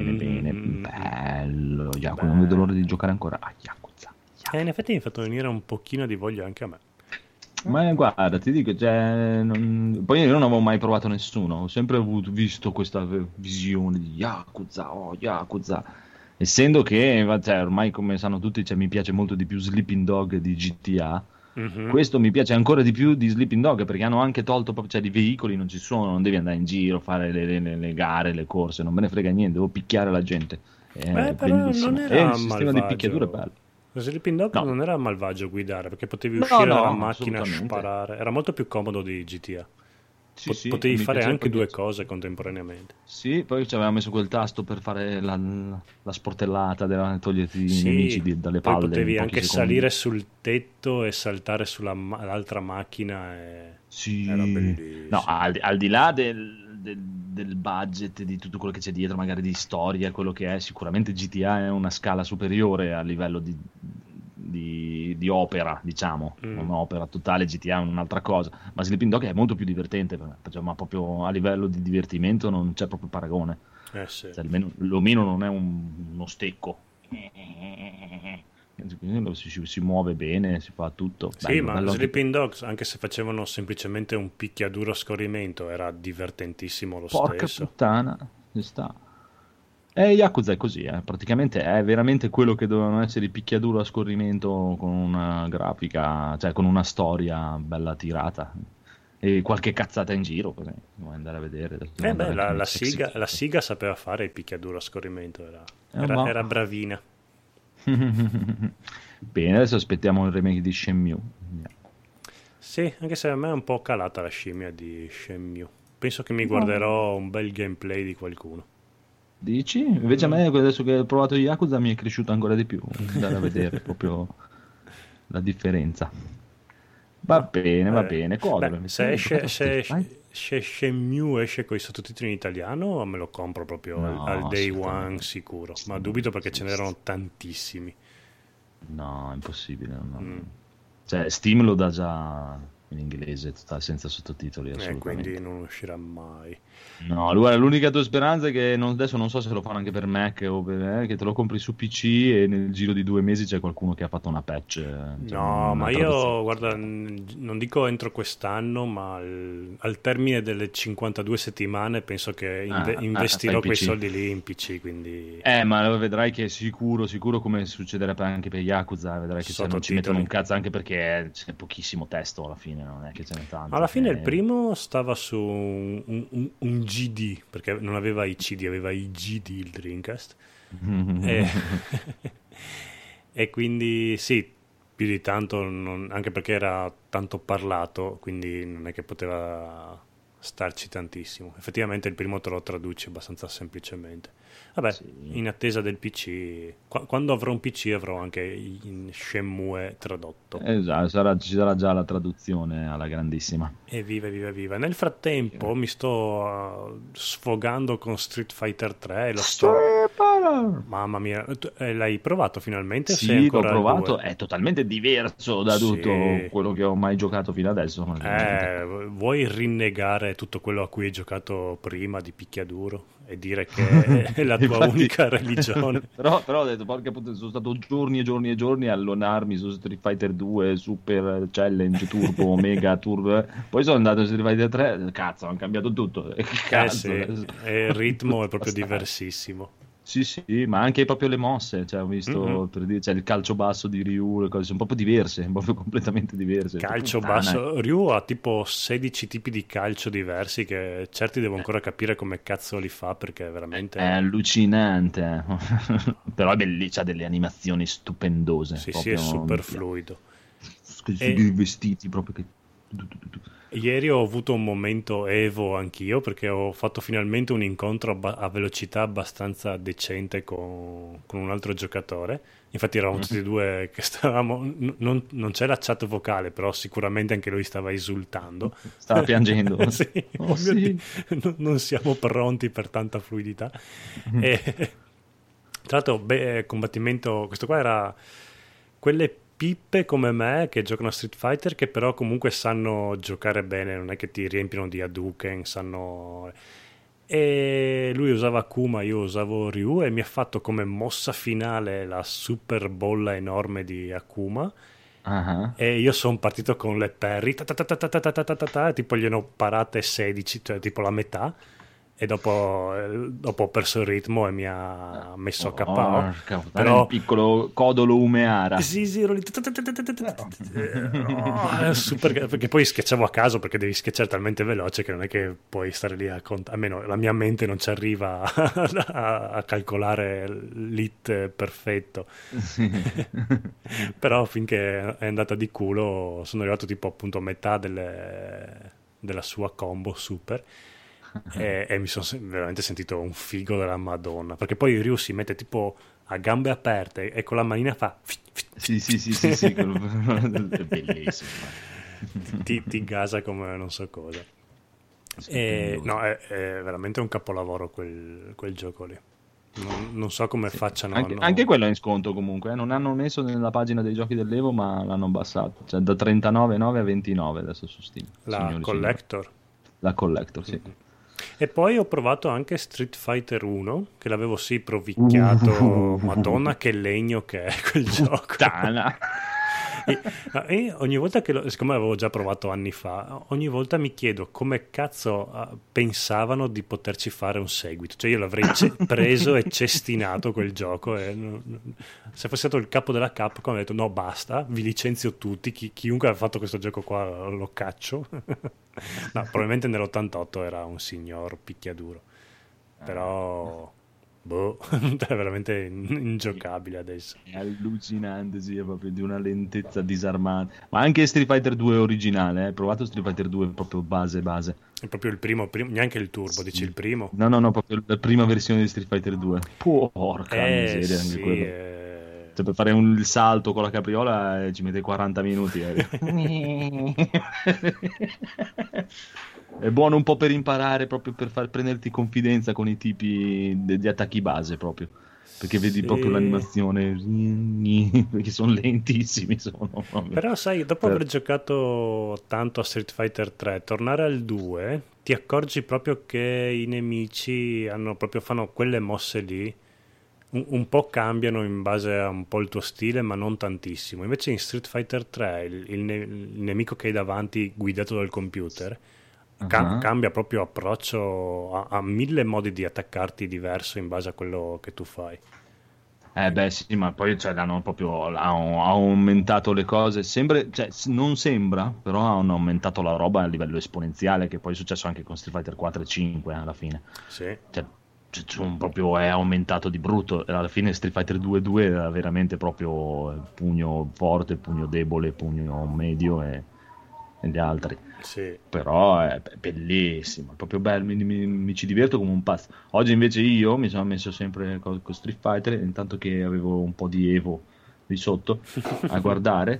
Bello. Yakuza, non vedo l'ora di giocare ancora a Yakuza. In effetti mi ha fatto venire un pochino di voglia anche a me. Ma guarda, ti dico, poi io non avevo mai provato nessuno, ho sempre visto questa visione di Yakuza, essendo che ormai come sanno tutti mi piace molto di più Sleeping Dog di GTA. Questo mi piace ancora di più di Sleeping Dog, perché hanno anche tolto proprio, i veicoli non ci sono, non devi andare in giro, fare le gare, le corse, non me ne frega niente, devo picchiare la gente. Però non era il sistema di picchiatura è bello. Sleeping Dog No. non era malvagio guidare, perché potevi uscire dalla macchina e assolutamente. sparare, era molto più comodo di GTA. Sì, Potevi mi fare piaceva anche perché- due cose contemporaneamente. Sì, poi ci aveva messo quel tasto per fare la sportellata, toglierti i Sì, nemici dalle poi palle. potevi in pochi anche secondi. salire sul tetto e saltare sull'altra macchina. Sì. Era bellissimo. No, al di là del budget, di tutto quello che c'è dietro, magari di storia, quello che è, sicuramente GTA è una scala superiore a livello di opera, diciamo. Un'opera totale, GTA è un'altra cosa, ma Sleeping Dog è molto più divertente, ma proprio a livello di divertimento non c'è proprio paragone. Sì. Almeno l'omino non è uno stecco. Si muove bene, si fa tutto. Sì, Bello, ma bello anche- Sleeping Dogs, anche se facevano semplicemente un picchiaduro a scorrimento, era divertentissimo lo Porca stesso. puttana, ci sta. Yakuza è così, praticamente è veramente quello che dovevano essere i picchiaduro a scorrimento, con una grafica, cioè con una storia bella tirata e qualche cazzata in giro, così vuoi andare a vedere. La Siga sapeva fare il picchiaduro a scorrimento, era bravina. Bene, adesso aspettiamo il remake di Shenmue. Sì, anche se a me è un po' calata la scimmia di Shenmue. Penso che mi guarderò un bel gameplay di qualcuno. Dici? Invece a me adesso che ho provato Yakuza mi è cresciuto ancora di più, andare a vedere proprio la differenza. Va bene. Se Shenmue esce con i sottotitoli in italiano, me lo compro proprio No, al day assolutamente. one sicuro. Ma dubito perché ce n'erano tantissimi. No, è impossibile. No. Cioè, Steam lo dà già in inglese, senza sottotitoli, assolutamente. Quindi non uscirà mai. No, guarda, l'unica tua speranza è che adesso non so se lo fanno anche per Mac o che te lo compri su PC e nel giro di 2 mesi c'è qualcuno che ha fatto una patch. No, ma io, guarda, non dico entro quest'anno, ma al termine delle 52 settimane penso che investirò fai quei PC. soldi lì in PC, quindi... Ma vedrai che è sicuro come succederà anche per Yakuza, vedrai che non ci mettono un cazzo, anche perché c'è pochissimo testo alla fine, non è che ce n'è tanto. Alla fine il primo stava su un GD, perché non aveva i CD, aveva i GD il Dreamcast. E quindi sì, più di tanto, anche perché era tanto parlato, quindi non è che poteva starci tantissimo. Effettivamente il primo te lo traduce abbastanza semplicemente. Vabbè, Sì. in attesa del PC, quando avrò un PC avrò anche in Shenmue tradotto. Esatto, ci sarà già la traduzione alla grandissima. Evviva. Nel frattempo mi sto sfogando con Street Fighter 3 e Mamma mia, l'hai provato finalmente? O sei Sì, l'ho ancora al provato, 2? è totalmente diverso da Sì. tutto quello che ho mai giocato fino adesso. Vuoi rinnegare tutto quello a cui hai giocato prima di picchiaduro e dire che è la tua Infatti- unica religione? però ho detto, porca puttana, sono stato giorni e giorni a allonarmi su Street Fighter 2, Super Challenge, Turbo, Mega Turbo. Poi sono andato su Street Fighter 3, cazzo, hanno cambiato tutto. Cazzo, Sì, e il ritmo è proprio diversissimo. Sì, ma anche proprio le mosse, cioè, ho visto per dire, c'è il calcio basso di Ryu, le cose sono proprio diverse, proprio completamente diverse. Calcio Puttana. basso, Ryu ha tipo 16 tipi di calcio diversi che certi devo ancora capire come cazzo li fa, perché veramente È allucinante. Però è bellissimo, ha delle animazioni stupendose. sì, è proprio- super fluido. I vestiti proprio che Ieri ho avuto un momento Evo anch'io, perché ho fatto finalmente un incontro a velocità abbastanza decente con un altro giocatore. Infatti eravamo tutti e due che stavamo... Non c'è la chat vocale, però sicuramente anche lui stava esultando. Stava piangendo. Sì, Oh, mio sì. Dio, non siamo pronti per tanta fluidità. E, tra l'altro, combattimento... Questo qua era... Quelle pippe come me che giocano a Street Fighter, che però comunque sanno giocare bene, non è che ti riempiono di Hadouken, sanno... E lui usava Akuma, io usavo Ryu, e mi ha fatto come mossa finale la super bolla enorme di Akuma, e io sono partito con le parry, tipo gliene ho parate 16, cioè tipo la metà, e dopo ho perso il ritmo e mi ha messo a KO. Però il piccolo codolo Umeara. Sì, ero lì. Super, perché poi schiacciavo a caso, perché devi schiacciare talmente veloce che non è che puoi stare lì a contare, almeno la mia mente non ci arriva a calcolare l'hit perfetto. Però finché è andata di culo sono arrivato tipo appunto a metà della sua combo super. E mi sono veramente sentito un figo della Madonna, perché poi Ryu si mette tipo a gambe aperte e con la manina fa sì, è bellissimo. ti gasa come non so cosa. No, è veramente un capolavoro quel gioco lì. Non so come facciano anche quello è in sconto comunque, non hanno messo nella pagina dei giochi dell'Evo, ma l'hanno abbassato, cioè da 39,9 a 29 adesso su Steam. La Collector. La Collector, sì. E poi ho provato anche Street Fighter 1, che l'avevo sì provicchiato. Madonna che legno che è quel gioco. E ogni volta siccome l'avevo già provato anni fa, ogni volta mi chiedo come cazzo pensavano di poterci fare un seguito. Cioè io l'avrei preso e cestinato quel gioco, e se fossi stato il capo della Capcom avrei detto no, basta, vi licenzio tutti, chiunque ha fatto questo gioco qua lo caccio. No, probabilmente nell'88 era un signor picchiaduro, però è veramente ingiocabile adesso. È allucinante, sì, è proprio di una lentezza disarmante. Ma anche Street Fighter 2 originale, provato Street Fighter 2 proprio base. È proprio il primo, neanche il turbo, sì. Dici il primo? No, proprio la prima versione di Street Fighter 2. Porca miseria, anche sì, quello. Cioè, per fare il salto con la capriola ci mette 40 minuti. È buono un po' per imparare, proprio per prenderti confidenza con i tipi di attacchi base, proprio. Perché vedi proprio l'animazione, perché sono lentissimi. Però sai, dopo aver giocato tanto a Street Fighter 3, tornare al 2, ti accorgi proprio che i nemici fanno quelle mosse lì. Un po' cambiano in base a un po' il tuo stile, ma non tantissimo. Invece in Street Fighter 3 il nemico che hai davanti, guidato dal computer, cambia proprio approccio, a 1000 modi di attaccarti diverso in base a quello che tu fai. Beh sì, ma poi hanno proprio aumentato le cose. Non sembra, però hanno aumentato la roba a livello esponenziale, che poi è successo anche con Street Fighter 4 e 5 alla fine. Sì. Proprio è aumentato di brutto. Alla fine Street Fighter 2 era veramente proprio pugno forte, pugno debole, pugno medio e gli altri. Sì. Però è bellissimo, è proprio bello, mi ci diverto come un pazzo. Oggi invece io mi sono messo sempre con Street Fighter, intanto che avevo un po' di Evo lì sotto a guardare,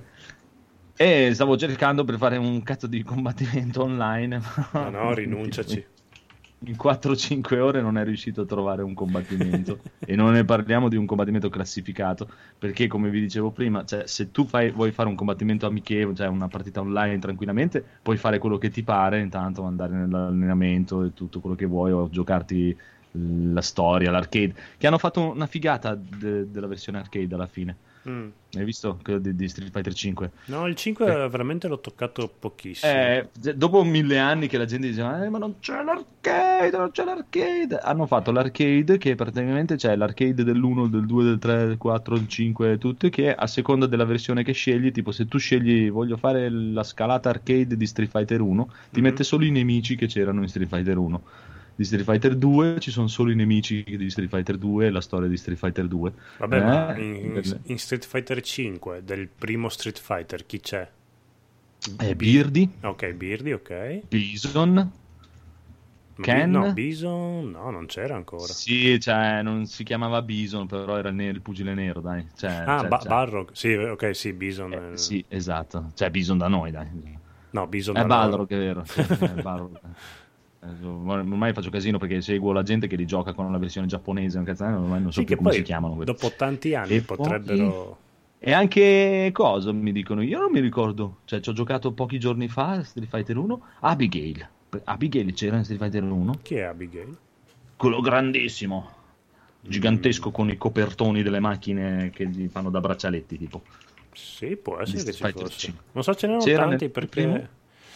e stavo cercando per fare un cazzo di combattimento online. No, rinunciaci. In 4-5 ore non è riuscito a trovare un combattimento. E non ne parliamo di un combattimento classificato, perché come vi dicevo prima, se tu vuoi fare un combattimento amichevole, cioè una partita online tranquillamente, puoi fare quello che ti pare, intanto andare nell'allenamento e tutto quello che vuoi, o giocarti la storia, l'arcade, che hanno fatto una figata della versione arcade alla fine. Hai visto quello di Street Fighter 5? No, il 5 veramente l'ho toccato pochissimo. Dopo 1000 anni che la gente diceva ma non c'è l'arcade, hanno fatto l'arcade, che praticamente c'è l'arcade dell'1, del 2, del 3, del 4, del 5, tutte, che a seconda della versione che scegli, tipo se tu scegli voglio fare la scalata arcade di Street Fighter 1, ti mette solo i nemici che c'erano in Street Fighter 1. Di Street Fighter 2 ci sono solo i nemici di Street Fighter 2 e la storia di Street Fighter 2. Vabbè, ma in Street Fighter 5 del primo Street Fighter chi c'è? Beardy, Ok, Beardy, ok. Bison, Ken. No, Bison, no, non c'era ancora. Sì, cioè non si chiamava Bison, però era il pugile nero, dai. Balrog, sì, ok, sì, Bison. Sì, esatto. Cioè Bison da noi, dai. No, Bison È da loro. Balrog, è vero. Sì, è Balrog. Ormai faccio casino perché seguo la gente che li gioca con la versione giapponese, ormai non so Sì, più che come poi si chiamano. dopo tanti anni E potrebbero... E anche cosa mi dicono? Io non mi ricordo. Cioè, ci ho giocato pochi giorni fa a Street Fighter 1. Abigail. Abigail c'era in Street Fighter 1? Chi è Abigail? Quello grandissimo, gigantesco con i copertoni delle macchine che gli fanno da braccialetti, tipo. Sì, può Di essere che Street ci Fighter fosse. 5. Non so, ce n'erano C'era tanti nel perché... primo?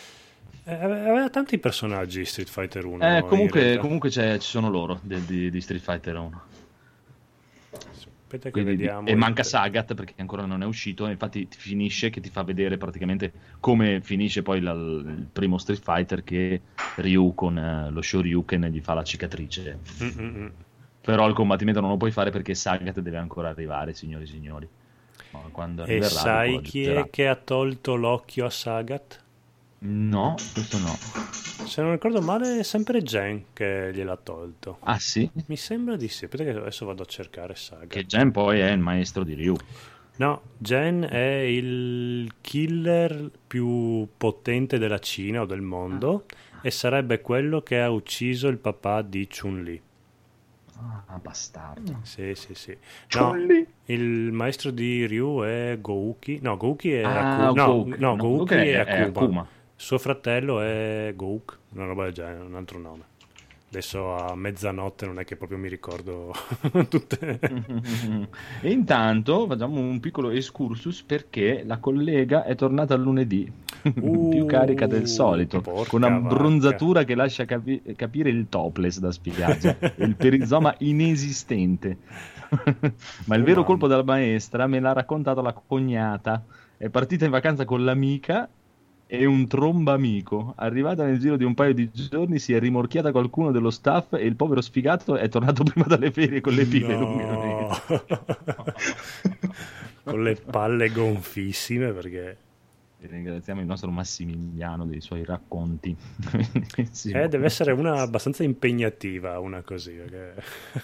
Aveva tanti personaggi Street Fighter 1 in Comunque, realtà. comunque ci sono loro di Street Fighter 1. Aspetta che Quindi, vediamo. e manca Sagat perché ancora non è uscito, e infatti finisce che ti fa vedere praticamente come finisce poi il primo Street Fighter, che Ryu con lo Shoryuken gli fa la cicatrice. Però il combattimento non lo puoi fare perché Sagat deve ancora arrivare, signori e signori. Ma quando E arriverà, sai lo chi è aggiungerà. che ha tolto l'occhio a Sagat? No, questo no. Se non ricordo male è sempre Gen che gliel'ha tolto. Ah sì? Mi sembra di sì, aspetta che adesso vado a cercare Sagat. Che Gen poi è il maestro di Ryu. No, Gen è il killer più potente della Cina o del mondo e sarebbe quello che ha ucciso il papà di Chun-Li. Ah, bastardo. Sì, sì, sì. No, Chun-Li? il maestro di Ryu è Gouki. No, Gouki è Ah, Akuma. Gouki. No, No, Gouki Gouki è è Akuma. Akuma. Suo fratello è Gouk, una roba del genere, un altro nome. Adesso a mezzanotte non è che proprio mi ricordo tutte. E intanto facciamo un piccolo excursus perché la collega è tornata lunedì, più carica del solito, porca con una vacca. bronzatura che lascia capire il topless da spiaggia, il perizoma inesistente. Ma il vero mamma. colpo della maestra me l'ha raccontato la cognata. È partita in vacanza con l'amica e un tromba amico. Arrivata nel giro di un paio di giorni si è rimorchiata qualcuno dello staff e il povero sfigato è tornato prima dalle ferie con le pile lunghe. No. Con le palle gonfissime perché... E ringraziamo il nostro Massimiliano dei suoi racconti. Sì. deve essere una abbastanza impegnativa una così perché...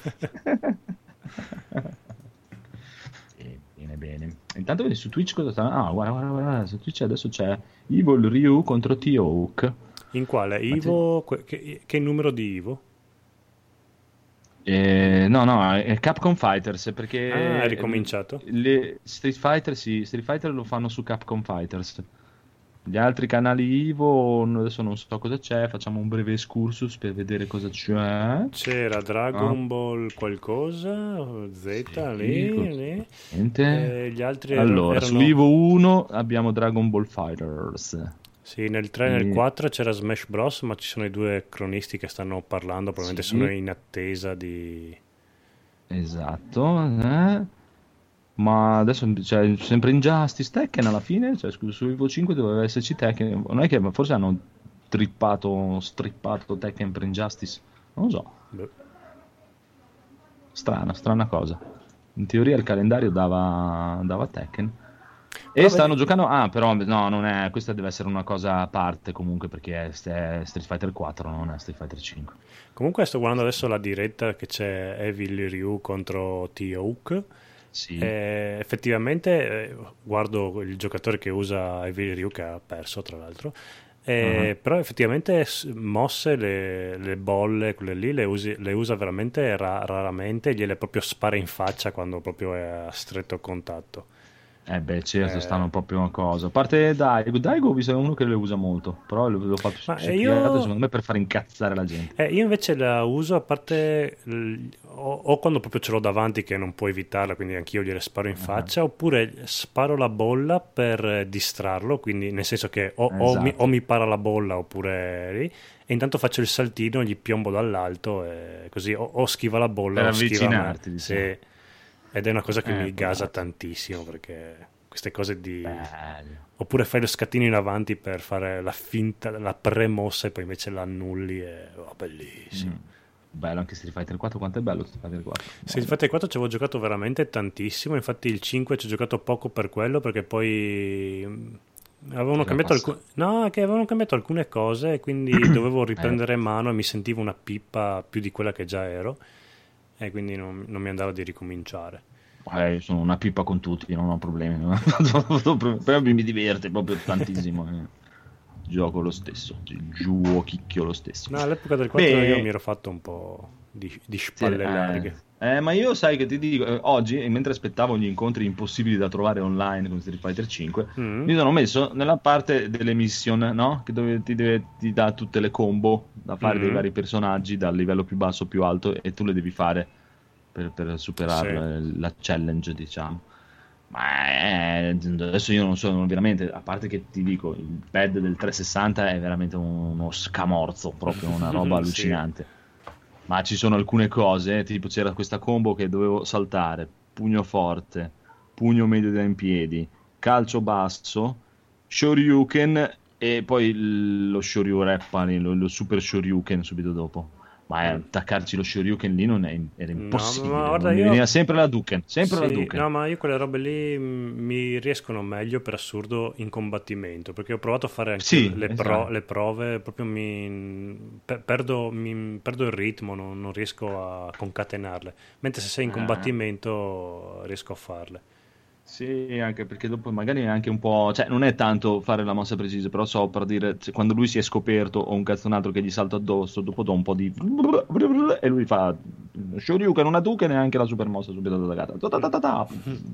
Sì, bene, bene. Intanto vedi su Twitch cosa sta... Ah, guarda, su Twitch adesso c'è Evil Ryu contro T-Hawk. In quale? Ivo? Che numero di Ivo? No, è Capcom Fighters perché È ricominciato? le Street Fighter lo fanno su Capcom Fighters. Gli altri canali Evo adesso non so cosa c'è, facciamo un breve excursus per vedere cosa c'è. C'era Dragon Ball qualcosa, Z lì. Niente. Gli altri Allora, erano... su Evo 1 abbiamo Dragon Ball Fighters. Sì, nel 3 e nel 4 c'era Smash Bros, ma ci sono i due cronisti che stanno parlando, probabilmente Sì. sono in attesa di... Esatto, ma adesso c'è sempre Injustice Tekken alla fine, cioè su Evo 5 doveva esserci Tekken, non è che forse hanno strippato Tekken per Injustice, non lo so, Boh. strana cosa. In teoria il calendario dava Tekken. E Però stanno vedi- giocando, però no, non è, questa deve essere una cosa a parte comunque perché è Street Fighter 4, non è Street Fighter 5. Comunque sto guardando adesso la diretta che c'è Evil Ryu contro T-Hawk. Sì. Effettivamente guardo il giocatore che usa Evil Ryu che ha perso tra l'altro. Però effettivamente mosse le bolle, quelle lì le usa veramente raramente, gliele proprio spara in faccia quando proprio è a stretto contatto. Beh, certo, stanno proprio una cosa. A parte Daigo ho visto è uno che le usa molto, però lo fa più Ma semplicemente, secondo me, per far incazzare la gente. Io invece la uso a parte o quando proprio ce l'ho davanti che non può evitarla, quindi anch'io gliele sparo in faccia, oppure sparo la bolla per distrarlo, quindi nel senso che Esatto. o mi para la bolla oppure lì, e intanto faccio il saltino, gli piombo dall'alto e così o schiva la bolla Per o schiva me. avvicinarti, diciamo. Sì. Ed è una cosa che mi gasa esatto. tantissimo perché queste cose di... Bello. Oppure fai lo scattino in avanti per fare la finta, la premossa e poi invece l'annulli e bellissimo. Bello anche Street Fighter 4, quanto è bello Street Fighter 4. Street Fighter 4 ci avevo giocato veramente tantissimo, infatti il 5 ci ho giocato poco per quello perché poi Avevano cambiato no, che avevano cambiato alcune cose e quindi dovevo riprendere mano e mi sentivo una pippa più di quella che già ero e quindi non mi andava di ricominciare. Sono una pippa con tutti, non ho problemi. Però mi diverte proprio tantissimo. Gioco lo stesso, giochicchio lo stesso. No, all'epoca del 4 io mi ero fatto un po' di spalle larghe. Ma io sai che ti dico, oggi, mentre aspettavo gli incontri impossibili da trovare online con Street Fighter 5, mi sono messo nella parte delle mission, no? Che dove ti dà tutte le combo da fare dei vari personaggi dal livello più basso al più alto e tu le devi fare per superare la challenge, diciamo. Ma adesso io non so veramente, a parte che ti dico, il pad del 360 è veramente uno scamorzo, proprio una roba allucinante. Ma ci sono alcune cose, tipo c'era questa combo che dovevo saltare, pugno forte, pugno medio da in piedi, calcio basso, shoryuken e poi lo shoryuken, lo super shoryuken subito dopo. Ma attaccarci lo shoryuken lì era impossibile. No, guarda, mi veniva sempre la Duken, la Duken. No, ma io quelle robe lì mi riescono meglio per assurdo in combattimento, perché ho provato a fare anche le prove, proprio perdo il ritmo, non riesco a concatenarle, mentre se sei in combattimento riesco a farle. Sì, anche perché dopo magari è anche un po', cioè non è tanto fare la mossa precisa, però so, per dire, quando lui si è scoperto o un cazzonatro che gli salta addosso, dopo do un po' di e lui fa Shoryuken, una Duken e anche la super mossa subito attaccata.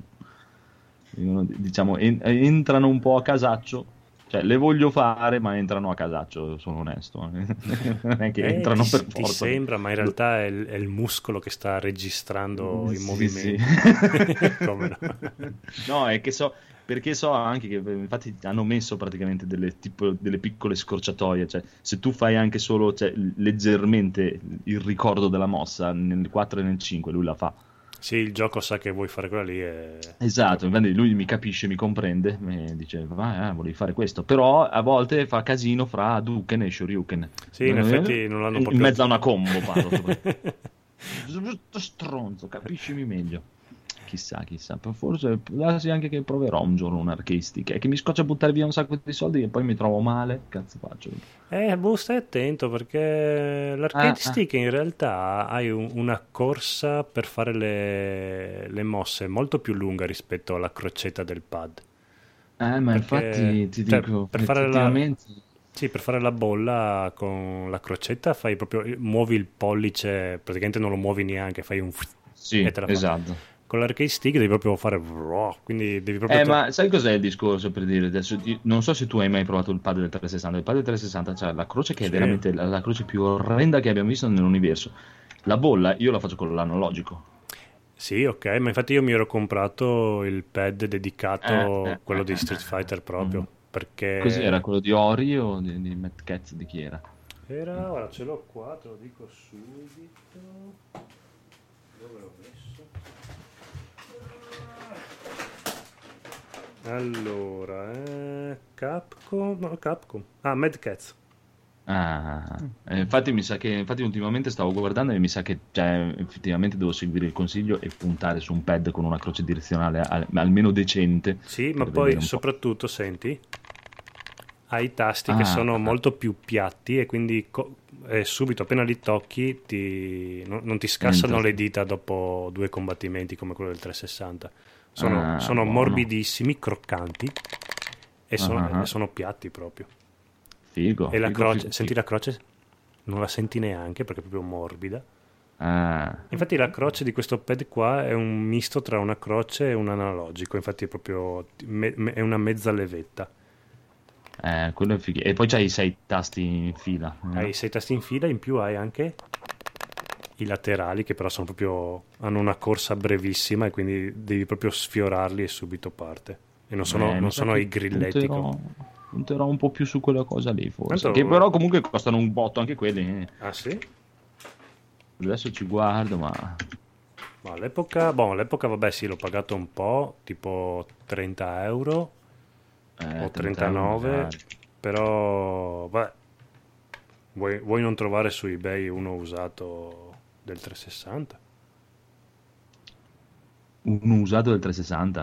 Diciamo entrano un po' a casaccio, cioè le voglio fare ma entrano a casaccio, sono onesto. Non è che entrano per forza. Ti sembra, ma in realtà è il muscolo che sta registrando i movimenti. Come no? No, è che so, perché so anche che infatti hanno messo praticamente delle piccole scorciatoie, cioè se tu fai anche solo leggermente il ricordo della mossa nel 4 e nel 5 lui la fa. Sì, il gioco sa che vuoi fare quella lì. Esatto, infatti lui mi capisce, mi comprende, mi dice, volevi fare questo, però a volte fa casino fra Duken e Shoryuken. Sì, in effetti non l'hanno proprio... In mezzo a una combo parlo. Stronzo, capiscimi meglio. Chissà, forse può darsi anche che proverò un giorno un arcade stick, che mi scoccia buttare via un sacco di soldi e poi mi trovo male, cazzo faccio? Stai attento, perché l'arcade stick in realtà hai una corsa per fare le mosse molto più lunga rispetto alla crocetta del pad. Ma infatti ti dico, per fare per fare la bolla con la crocetta muovi il pollice, praticamente non lo muovi neanche, fai un... Sì, esatto. Con l'arcade stick devi proprio fare, quindi devi proprio... ma sai cos'è il discorso, per dire adesso? Non so se tu hai mai provato il pad del 360. Il pad del 360 c'ha la croce che è veramente la croce più orrenda che abbiamo visto nell'universo. La bolla io la faccio con l'analogico. Sì, ok, ma infatti io mi ero comprato il pad dedicato, quello di Street Fighter proprio, perché... Così era quello di Ori o di Mad Cat, di chi era? Ora ce l'ho qua, te lo dico subito. Dove l'ho messo? Allora, Capcom. Mad Cats. Infatti mi sa che ultimamente stavo guardando e mi sa che effettivamente devo seguire il consiglio e puntare su un pad con una croce direzionale almeno decente. Sì, ma poi soprattutto senti, hai i tasti che sono molto più piatti e quindi subito appena li tocchi non ti scassano le dita dopo 2 combattimenti come quello del 360. Sono morbidissimi, croccanti e sono piatti proprio. Figo. E la croce, senti la croce? Non la senti neanche perché è proprio morbida. Infatti la croce di questo pad qua è un misto tra una croce e un analogico, infatti è proprio è una mezza levetta. Quello è figo. E poi c'hai i 6 tasti in fila. Hai i 6 tasti in fila, in più hai anche i laterali che però hanno una corsa brevissima e quindi devi proprio sfiorarli e subito parte. E non sono i grilletti. Punterò un po' più su quella cosa lì forse. Che però comunque costano un botto anche quelli. Ah sì? Adesso ci guardo, ma all'epoca vabbè sì, l'ho pagato un po', tipo 30 euro o 39, però vabbè, vuoi non trovare su eBay uno usato del 360? Uno usato del 360?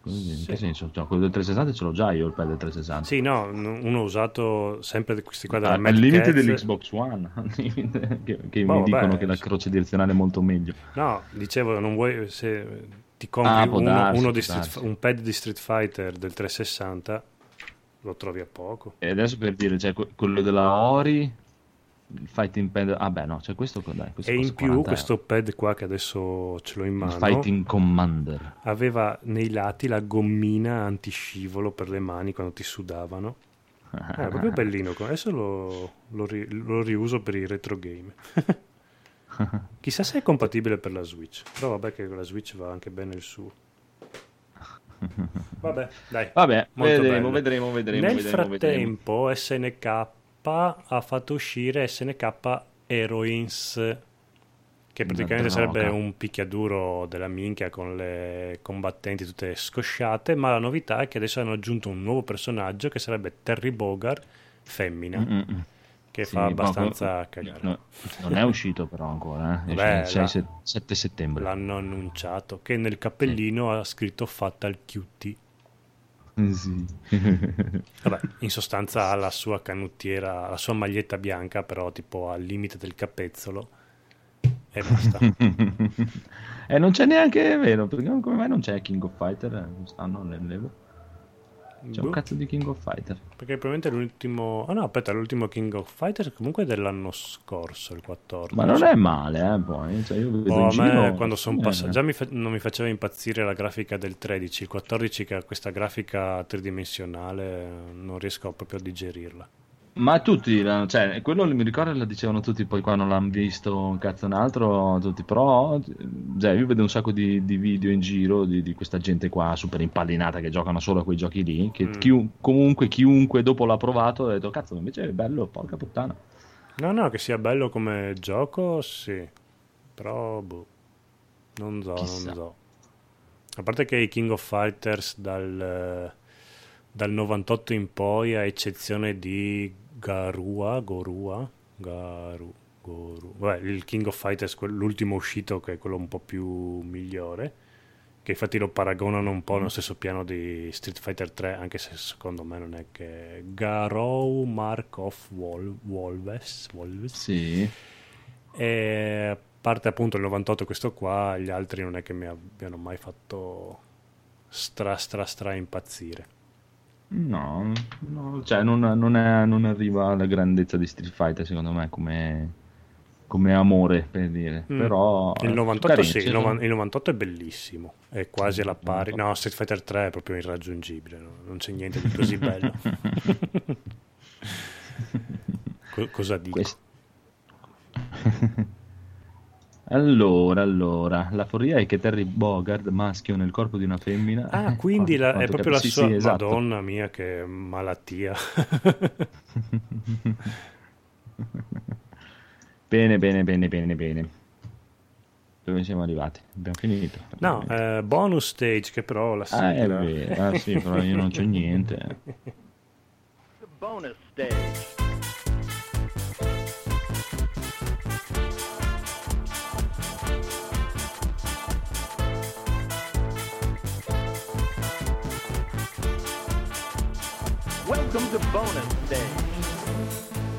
Così, in Sì. che senso? Cioè, quello del 360 ce l'ho già io, il pad del 360. Sì, no, uno ho usato sempre questi qua della Al Mad limite Catz. dell'Xbox One, al limite, che Boh, mi dicono vabbè, che la sì. croce direzionale è molto meglio. No, dicevo, non vuoi se ti compri Può darsi, uno può di darsi. un pad di Street Fighter del 360, lo trovi a poco. E adesso per dire, cioè, quello della Ori, il Fighting Pad, ah beh no, c'è questo, dai, questo E costa in più 40 questo euro. pad qua che adesso ce l'ho in Il mano Fighting Commander. aveva nei lati la gommina antiscivolo per le mani quando ti sudavano. È proprio bellino. Adesso lo riuso per i retro game. Chissà se è compatibile per la Switch. Però vabbè che con la Switch va anche bene il suo. Vabbè, dai. Vabbè, Molto vedremo, bello. vedremo. Nel vedremo. frattempo SNK ha fatto uscire SNK Heroines, che praticamente Una droga. sarebbe un picchiaduro della minchia con le combattenti tutte scosciate, ma la novità è che adesso hanno aggiunto un nuovo personaggio che sarebbe Terry Bogard femmina, Mm-mm. che Sì, fa abbastanza cagare. no, non è uscito però ancora, esce Beh, il 7 settembre. L'hanno annunciato, che nel cappellino ha scritto Fatal QT. Sì. Vabbè, in sostanza ha la sua canottiera, la sua maglietta bianca, però tipo al limite del capezzolo e basta. E non c'è neanche, è vero, perché come mai non c'è King of Fighter quest'anno nell'Evo? C'è un Boh, cazzo di King of Fighter. perché probabilmente l'ultimo... Ah no, aspetta, l'ultimo King of Fighters comunque è dell'anno scorso, il 14. Ma non è male, poi. Cioè, io vedo Oh, in a me giro, quando sono eh, passato già non mi faceva impazzire la grafica del 13, il 14 che ha questa grafica tridimensionale non riesco proprio a digerirla. Ma tutti, cioè, quello mi ricordo lo dicevano tutti, poi quando l'hanno visto un cazzo un altro, tutti, però, cioè, io vedo un sacco di video in giro di questa gente qua super impallinata che giocano solo a quei giochi lì, che comunque chiunque dopo l'ha provato ha detto, cazzo, invece è bello, porca puttana. No, che sia bello come gioco, sì, però boh, non Chissà. so. A parte che i King of Fighters dal 98 in poi, a eccezione di Goru. Vabbè, il King of Fighters, l'ultimo uscito, che è quello un po' più migliore, che infatti lo paragonano un po' nello stesso piano di Street Fighter 3, anche se secondo me non è che Garou Mark of Wolves. Sì. E a parte appunto il 98 questo qua, gli altri non è che mi abbiano mai fatto stra impazzire. No, cioè non arriva alla grandezza di Street Fighter secondo me come amore per dire, però Il 98 carini, sì, ci il sono- 98 è bellissimo, è quasi alla pari. No, Street Fighter 3 è proprio irraggiungibile, no? Non c'è niente di così bello. Cosa dico? Quest- Allora, la follia è che Terry Bogard, maschio nel corpo di una femmina. Ah, quindi è Quanto proprio la sì, sua... sì, esatto. Madonna mia, che malattia. Bene. Dove siamo arrivati? Abbiamo finito. No, bonus stage, che però la Ah, è sigla... vero. Ah, sì, però io non c'ho niente. The bonus stage. Welcome to bonus stage.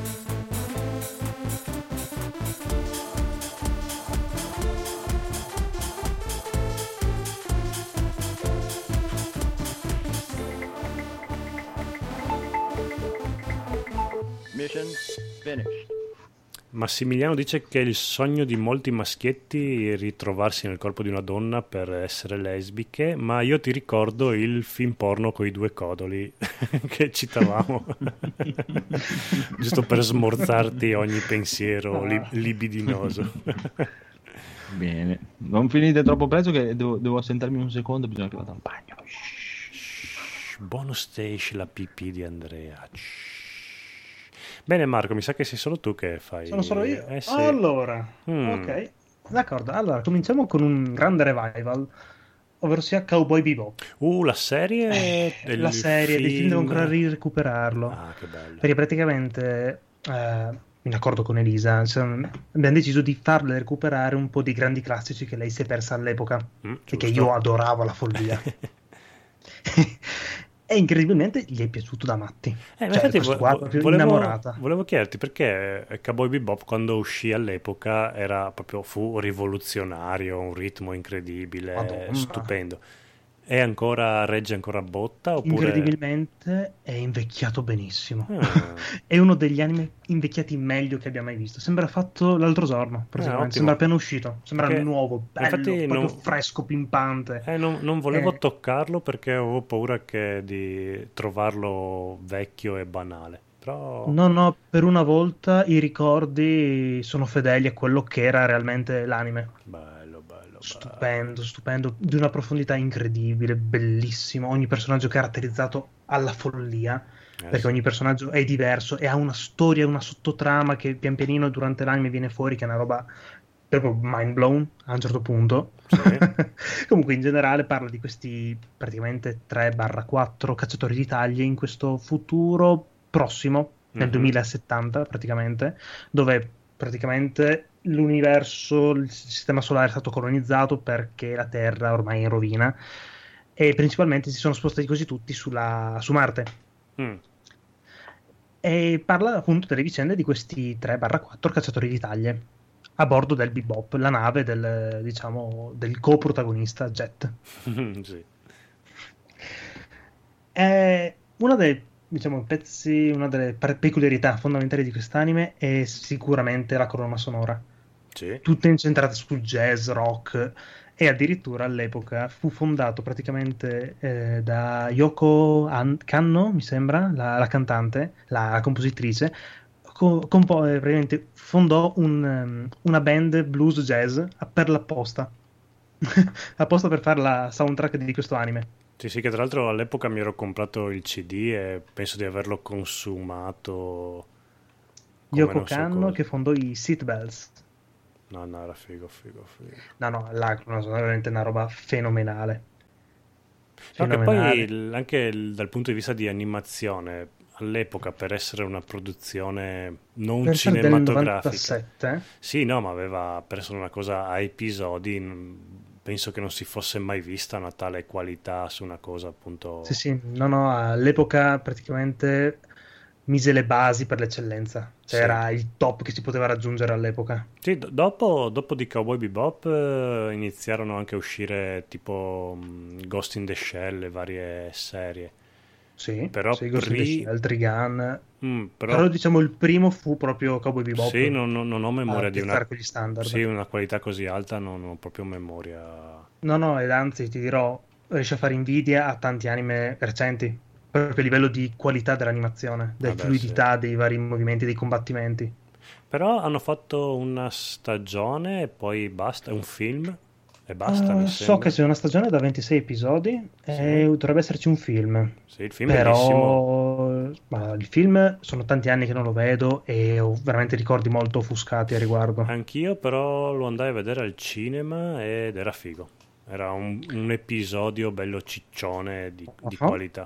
Mission finished. Massimiliano dice che è il sogno di molti maschietti ritrovarsi nel corpo di una donna per essere lesbiche, ma io ti ricordo il film porno con i due codoli che citavamo, giusto per smorzarti ogni pensiero libidinoso. Bene. Non finite troppo presto che devo assentarmi un secondo, bisogna che vada al bagno. Bonus stage, la pipì di Andrea. Bene Marco, mi sa che sei solo tu che fai... Sono solo io. Sì. Allora, Mm. ok, d'accordo. Allora, cominciamo con un grande revival, ovvero sia Cowboy Bebop. La serie La serie di film devo ancora recuperarlo. Ah, che bello. Perché praticamente, in accordo con Elisa, abbiamo deciso di farle recuperare un po' di grandi classici che lei si è persa all'epoca e che giusto. io adoravo alla follia. E incredibilmente gli è piaciuto da matti. Ma Cioè, infatti questo qua è proprio innamorata. volevo chiederti perché Cowboy Bebop quando uscì all'epoca fu rivoluzionario, un ritmo incredibile, Madonna. stupendo. Regge ancora a botta oppure... Incredibilmente è invecchiato benissimo. Ah. È uno degli anime invecchiati meglio che abbia mai visto. Sembra fatto l'altro giorno, praticamente. ottimo. Sembra appena uscito. Sembra Perché- nuovo, bello, infatti proprio non- fresco, pimpante. non volevo Eh. toccarlo perché avevo paura di trovarlo vecchio e banale. Però... No, per una volta i ricordi sono fedeli a quello che era realmente l'anime. Bello. Stupendo, di una profondità incredibile, bellissimo. Ogni personaggio caratterizzato alla follia, perché sì. ogni personaggio è diverso e ha una storia, una sottotrama che pian pianino durante l'anime viene fuori, che è una roba proprio mind blown a un certo punto. Sì. Comunque, in generale, parla di questi praticamente 3/4 cacciatori di taglie in questo futuro prossimo, nel 2070, praticamente, dove praticamente l'universo, il sistema solare è stato colonizzato perché la Terra ormai è in rovina e principalmente si sono spostati così tutti su Marte. E parla appunto delle vicende di questi 3/4 cacciatori di taglie a bordo del Bebop, la nave del coprotagonista Jet. Sì. È una delle una delle peculiarità fondamentali di quest'anime è sicuramente la colonna sonora. Sì. Tutte incentrate sul jazz, rock, e addirittura all'epoca fu fondato praticamente da Yoko Kanno, mi sembra, la cantante, la compositrice, praticamente fondò una band blues jazz per l'apposta, apposta per fare la soundtrack di questo anime. Sì, che tra l'altro all'epoca mi ero comprato il CD e penso di averlo consumato come Yoko non so Kanno cosa. che fondò i Seatbelts. No, era figo. No, la colonna sonora è veramente una roba fenomenale. No, che Fenomenale. poi anche dal punto di vista di animazione, all'epoca per essere una produzione non Per essere del cinematografica. 97, Sì, no, ma per essere una cosa a episodi, penso che non si fosse mai vista una tale qualità su una cosa appunto... sì, no, all'epoca praticamente mise le basi per l'eccellenza. Cioè Sì. era il top che si poteva raggiungere all'epoca. Sì, dopo di Cowboy Bebop iniziarono anche a uscire tipo Ghost in the Shell e varie serie. Sì, Però sì, Ghost in the Shell, Trigun. però Però diciamo il primo fu proprio Cowboy Bebop. sì, non ho memoria di una... con gli standard. Sì, una qualità così alta non ho proprio memoria. No, ed anzi ti dirò, riesce a fare invidia a tanti anime recenti, proprio a livello di qualità dell'animazione, della Vabbè, fluidità dei vari movimenti, dei combattimenti. Però hanno fatto una stagione e poi basta, un film e basta, mi So sembra. che c'è una stagione da 26 episodi e dovrebbe esserci un film. Sì, il film è bellissimo. Però il film sono tanti anni che non lo vedo e ho veramente ricordi molto offuscati a riguardo. Anch'io però lo andai a vedere al cinema ed era figo. Era un episodio bello ciccione di qualità.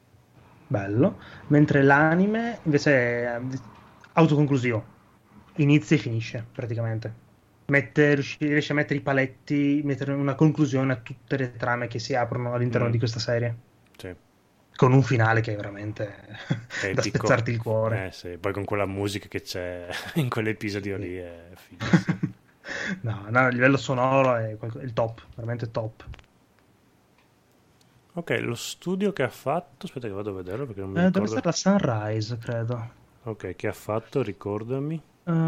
Bello. Mentre l'anime invece è autoconclusivo. Inizia e finisce praticamente. Riesce a mettere i paletti, mettere una conclusione a tutte le trame che si aprono all'interno di questa serie. Sì. Con un finale che è veramente da Epico. spezzarti il cuore. Sì. Poi con quella musica che c'è in quell'episodio lì è fighissimo. No, a livello sonoro è il top, veramente top. Ok, lo studio che ha fatto, aspetta che vado a vederlo perché non mi Deve ricordo. essere la Sunrise, credo. Ok, che ha fatto, ricordami.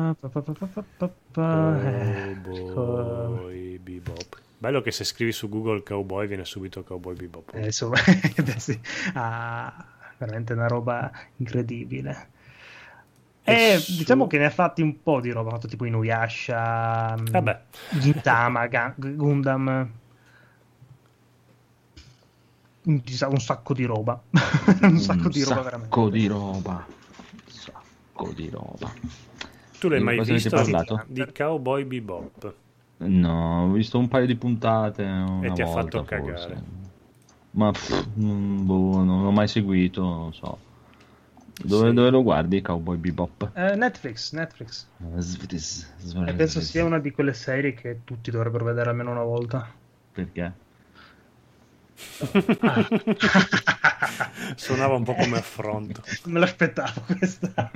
Cowboy Bebop. Bello che se scrivi su Google Cowboy viene subito Cowboy Bebop. Insomma, sì. Veramente una roba incredibile. Diciamo che ne ha fatti un po' di roba, ha fatto tipo Inuyasha, Vabbè. Gintama, Gundam, un sacco di roba. Un sacco di roba veramente. Sacco di roba. Tu l'hai Di mai cosa avete visto parlato? di Cowboy Bebop? No, ho visto un paio di puntate una ti ha volta, fatto cagare? forse. Ma non l'ho mai seguito, non so. Dove lo guardi Cowboy Bebop? Netflix. E penso sia una di quelle serie che tutti dovrebbero vedere almeno una volta. Perché? Suonava un po' come affronto. Me l'aspettavo questa.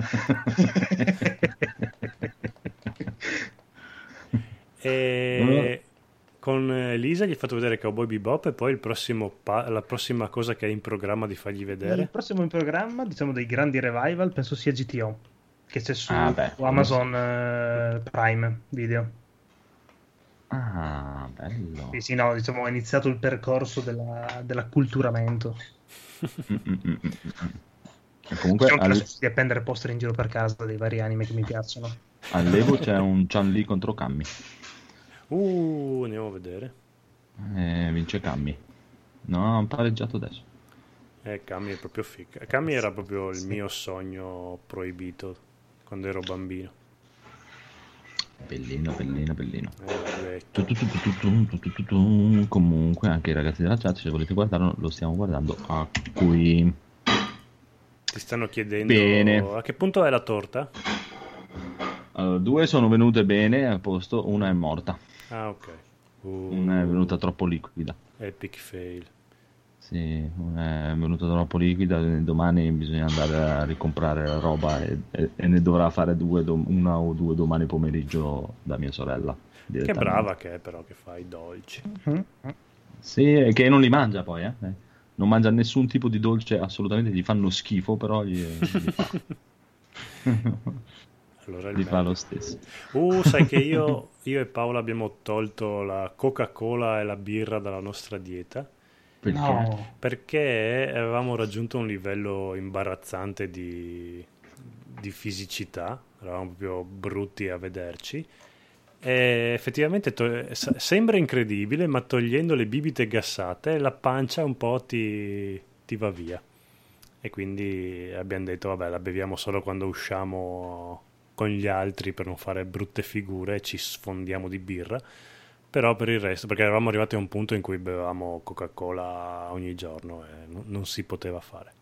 E con Elisa gli hai fatto vedere Cowboy Bebop e poi la prossima cosa che hai in programma di fargli vedere? Il prossimo in programma, diciamo, dei grandi revival, penso sia GTO, che c'è su beh, Amazon Prime Video. Ah, bello. Sì, no, diciamo, ho iniziato il percorso dell'acculturamento. E comunque Diciamo che di appendere poster in giro per casa dei vari anime che mi piacciono. all'Evo c'è un Chun-Li contro Cammy. Andiamo a vedere. Vince Cammy. No, hanno pareggiato adesso. Cammy è proprio figa. Cammy era proprio il mio sogno proibito quando ero bambino. Bellino. Vecchio. Comunque anche i ragazzi della chat, se volete guardarlo, lo stiamo guardando a qui. Ti stanno chiedendo Bene. a che punto è la torta? Allora, 2 sono venute bene a posto, una è morta. Ah, ok. Una è venuta troppo liquida. Epic fail. Sì, è venuta troppo liquida. Domani bisogna andare a ricomprare la roba e ne dovrà fare una o due domani pomeriggio da mia sorella. Che brava che è però che fa i dolci. Sì, e che non li mangia poi, eh. Non mangia nessun tipo di dolce, assolutamente, gli fanno schifo, però gli fa. Allora Gli fa lo stesso. Sai che io e Paola abbiamo tolto la Coca-Cola e la birra dalla nostra dieta. Perché? No. Perché avevamo raggiunto un livello imbarazzante di fisicità, eravamo proprio brutti a vederci. E effettivamente sembra incredibile, ma togliendo le bibite gassate la pancia un po' ti va via. E quindi abbiamo detto vabbè, la beviamo solo quando usciamo con gli altri per non fare brutte figure e ci sfondiamo di birra. Però per il resto, perché eravamo arrivati a un punto in cui bevevamo Coca-Cola ogni giorno e non si poteva fare.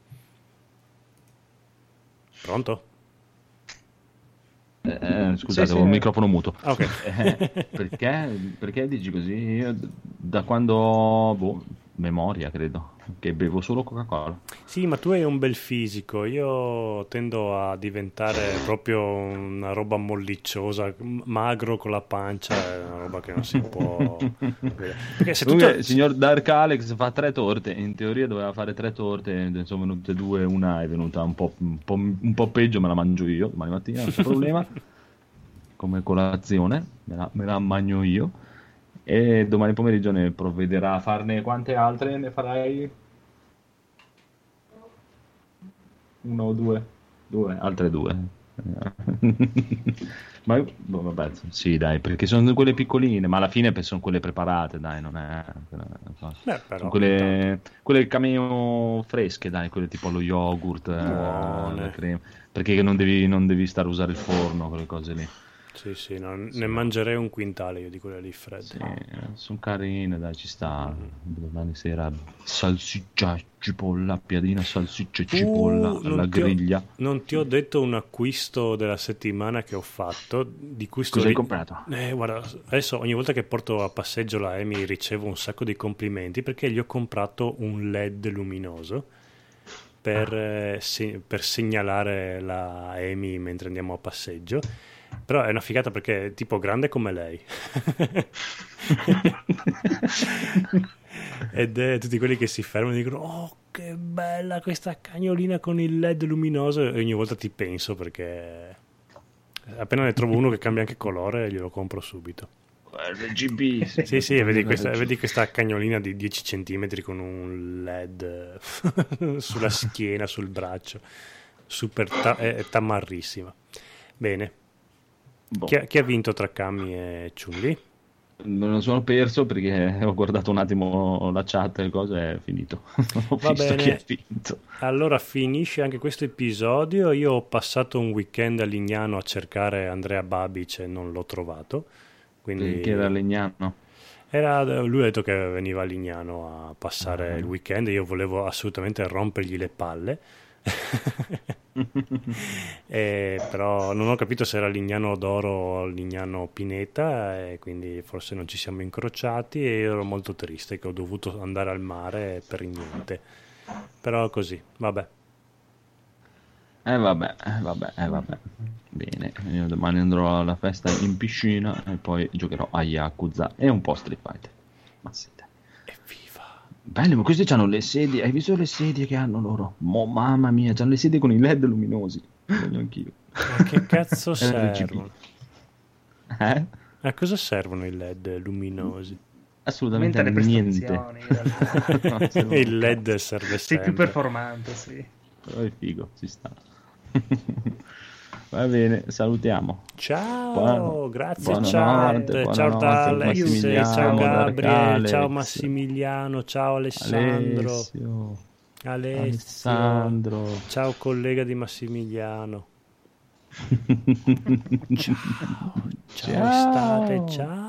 Pronto? Scusate, Sì, ho un microfono muto. Ok. Perché dici così? Io da quando memoria credo che bevo solo Coca-Cola. Sì, ma tu hai un bel fisico, io tendo a diventare proprio una roba mollicciosa, magro con la pancia, è una roba che non si può vedere. Perché se Il signor Dark Alex fa 3 torte, in teoria doveva fare 3 torte, ne sono venute 2, una è venuta un po' peggio, me la mangio io domani mattina, non c'è problema, come colazione, me la mangio io. E domani pomeriggio ne provvederà a farne quante altre? Ne farai una o due? Altre 2. Ma vabbè, sì, dai, perché sono quelle piccoline, ma alla fine sono quelle preparate, dai, non è. Beh, però, sono quelle cameo fresche, dai, quelle tipo lo yogurt, la crema, perché non devi stare a usare il forno, quelle cose lì. Sì, ne mangerei un quintale io di quelle lì fredde. Sì, sono carine, dai, ci sta. Domani sera salsiccia, cipolla, piadina, salsiccia e cipolla alla griglia. Non ti ho detto un acquisto della settimana che ho fatto, di cui Cosa hai comprato? Guarda, adesso ogni volta che porto a passeggio la Amy ricevo un sacco di complimenti perché gli ho comprato un LED luminoso per segnalare la Amy mentre andiamo a passeggio. Però è una figata perché è tipo grande come lei. Ed è tutti quelli che si fermano e dicono oh che bella questa cagnolina con il LED luminoso, e ogni volta ti penso perché appena ne trovo uno che cambia anche colore glielo compro subito. RGB. Sì, vedi questa cagnolina di 10 centimetri con un LED sulla schiena, sul braccio, super tamarrissima. Bene. Chi ha vinto tra Cammy e Chun-Li? Me lo sono perso perché ho guardato un attimo la chat e le cose, è finito. Va bene. Chi ha vinto. Allora finisce anche questo episodio. Io ho passato un weekend a Lignano a cercare Andrea Babic e non l'ho trovato. Quindi Perché era Legnano? Lui ha detto che veniva a Lignano a passare il weekend e io volevo assolutamente rompergli le palle. Però non ho capito se era Lignano d'Oro o Lignano Pineta, e quindi forse non ci siamo incrociati e ero molto triste che ho dovuto andare al mare per niente. Però così, vabbè. Vabbè. Bene, io domani andrò alla festa in piscina e poi giocherò a Yakuza e un po' Street Fighter. Ma siete. Evviva! Bello, ma questi hanno le sedie, hai visto le sedie che hanno loro? Mamma mia, hanno le sedie con i LED luminosi. Voglio anch'io. Ma che cazzo RGB. servono? A cosa servono i LED luminosi? Assolutamente Aumenta le niente. prestazioni, in realtà. Il LED serve Sei più sempre. performante, sì. Però è figo, ci sta. Va bene, salutiamo. Ciao, grazie buonanotte, chat. Ciao buonanotte, Alex, Massimiliano, ciao Gabriele, Dark ciao Alex. Massimiliano, ciao Alessandro. Alessandro. Ciao collega di Massimiliano. Ciao estate, ciao.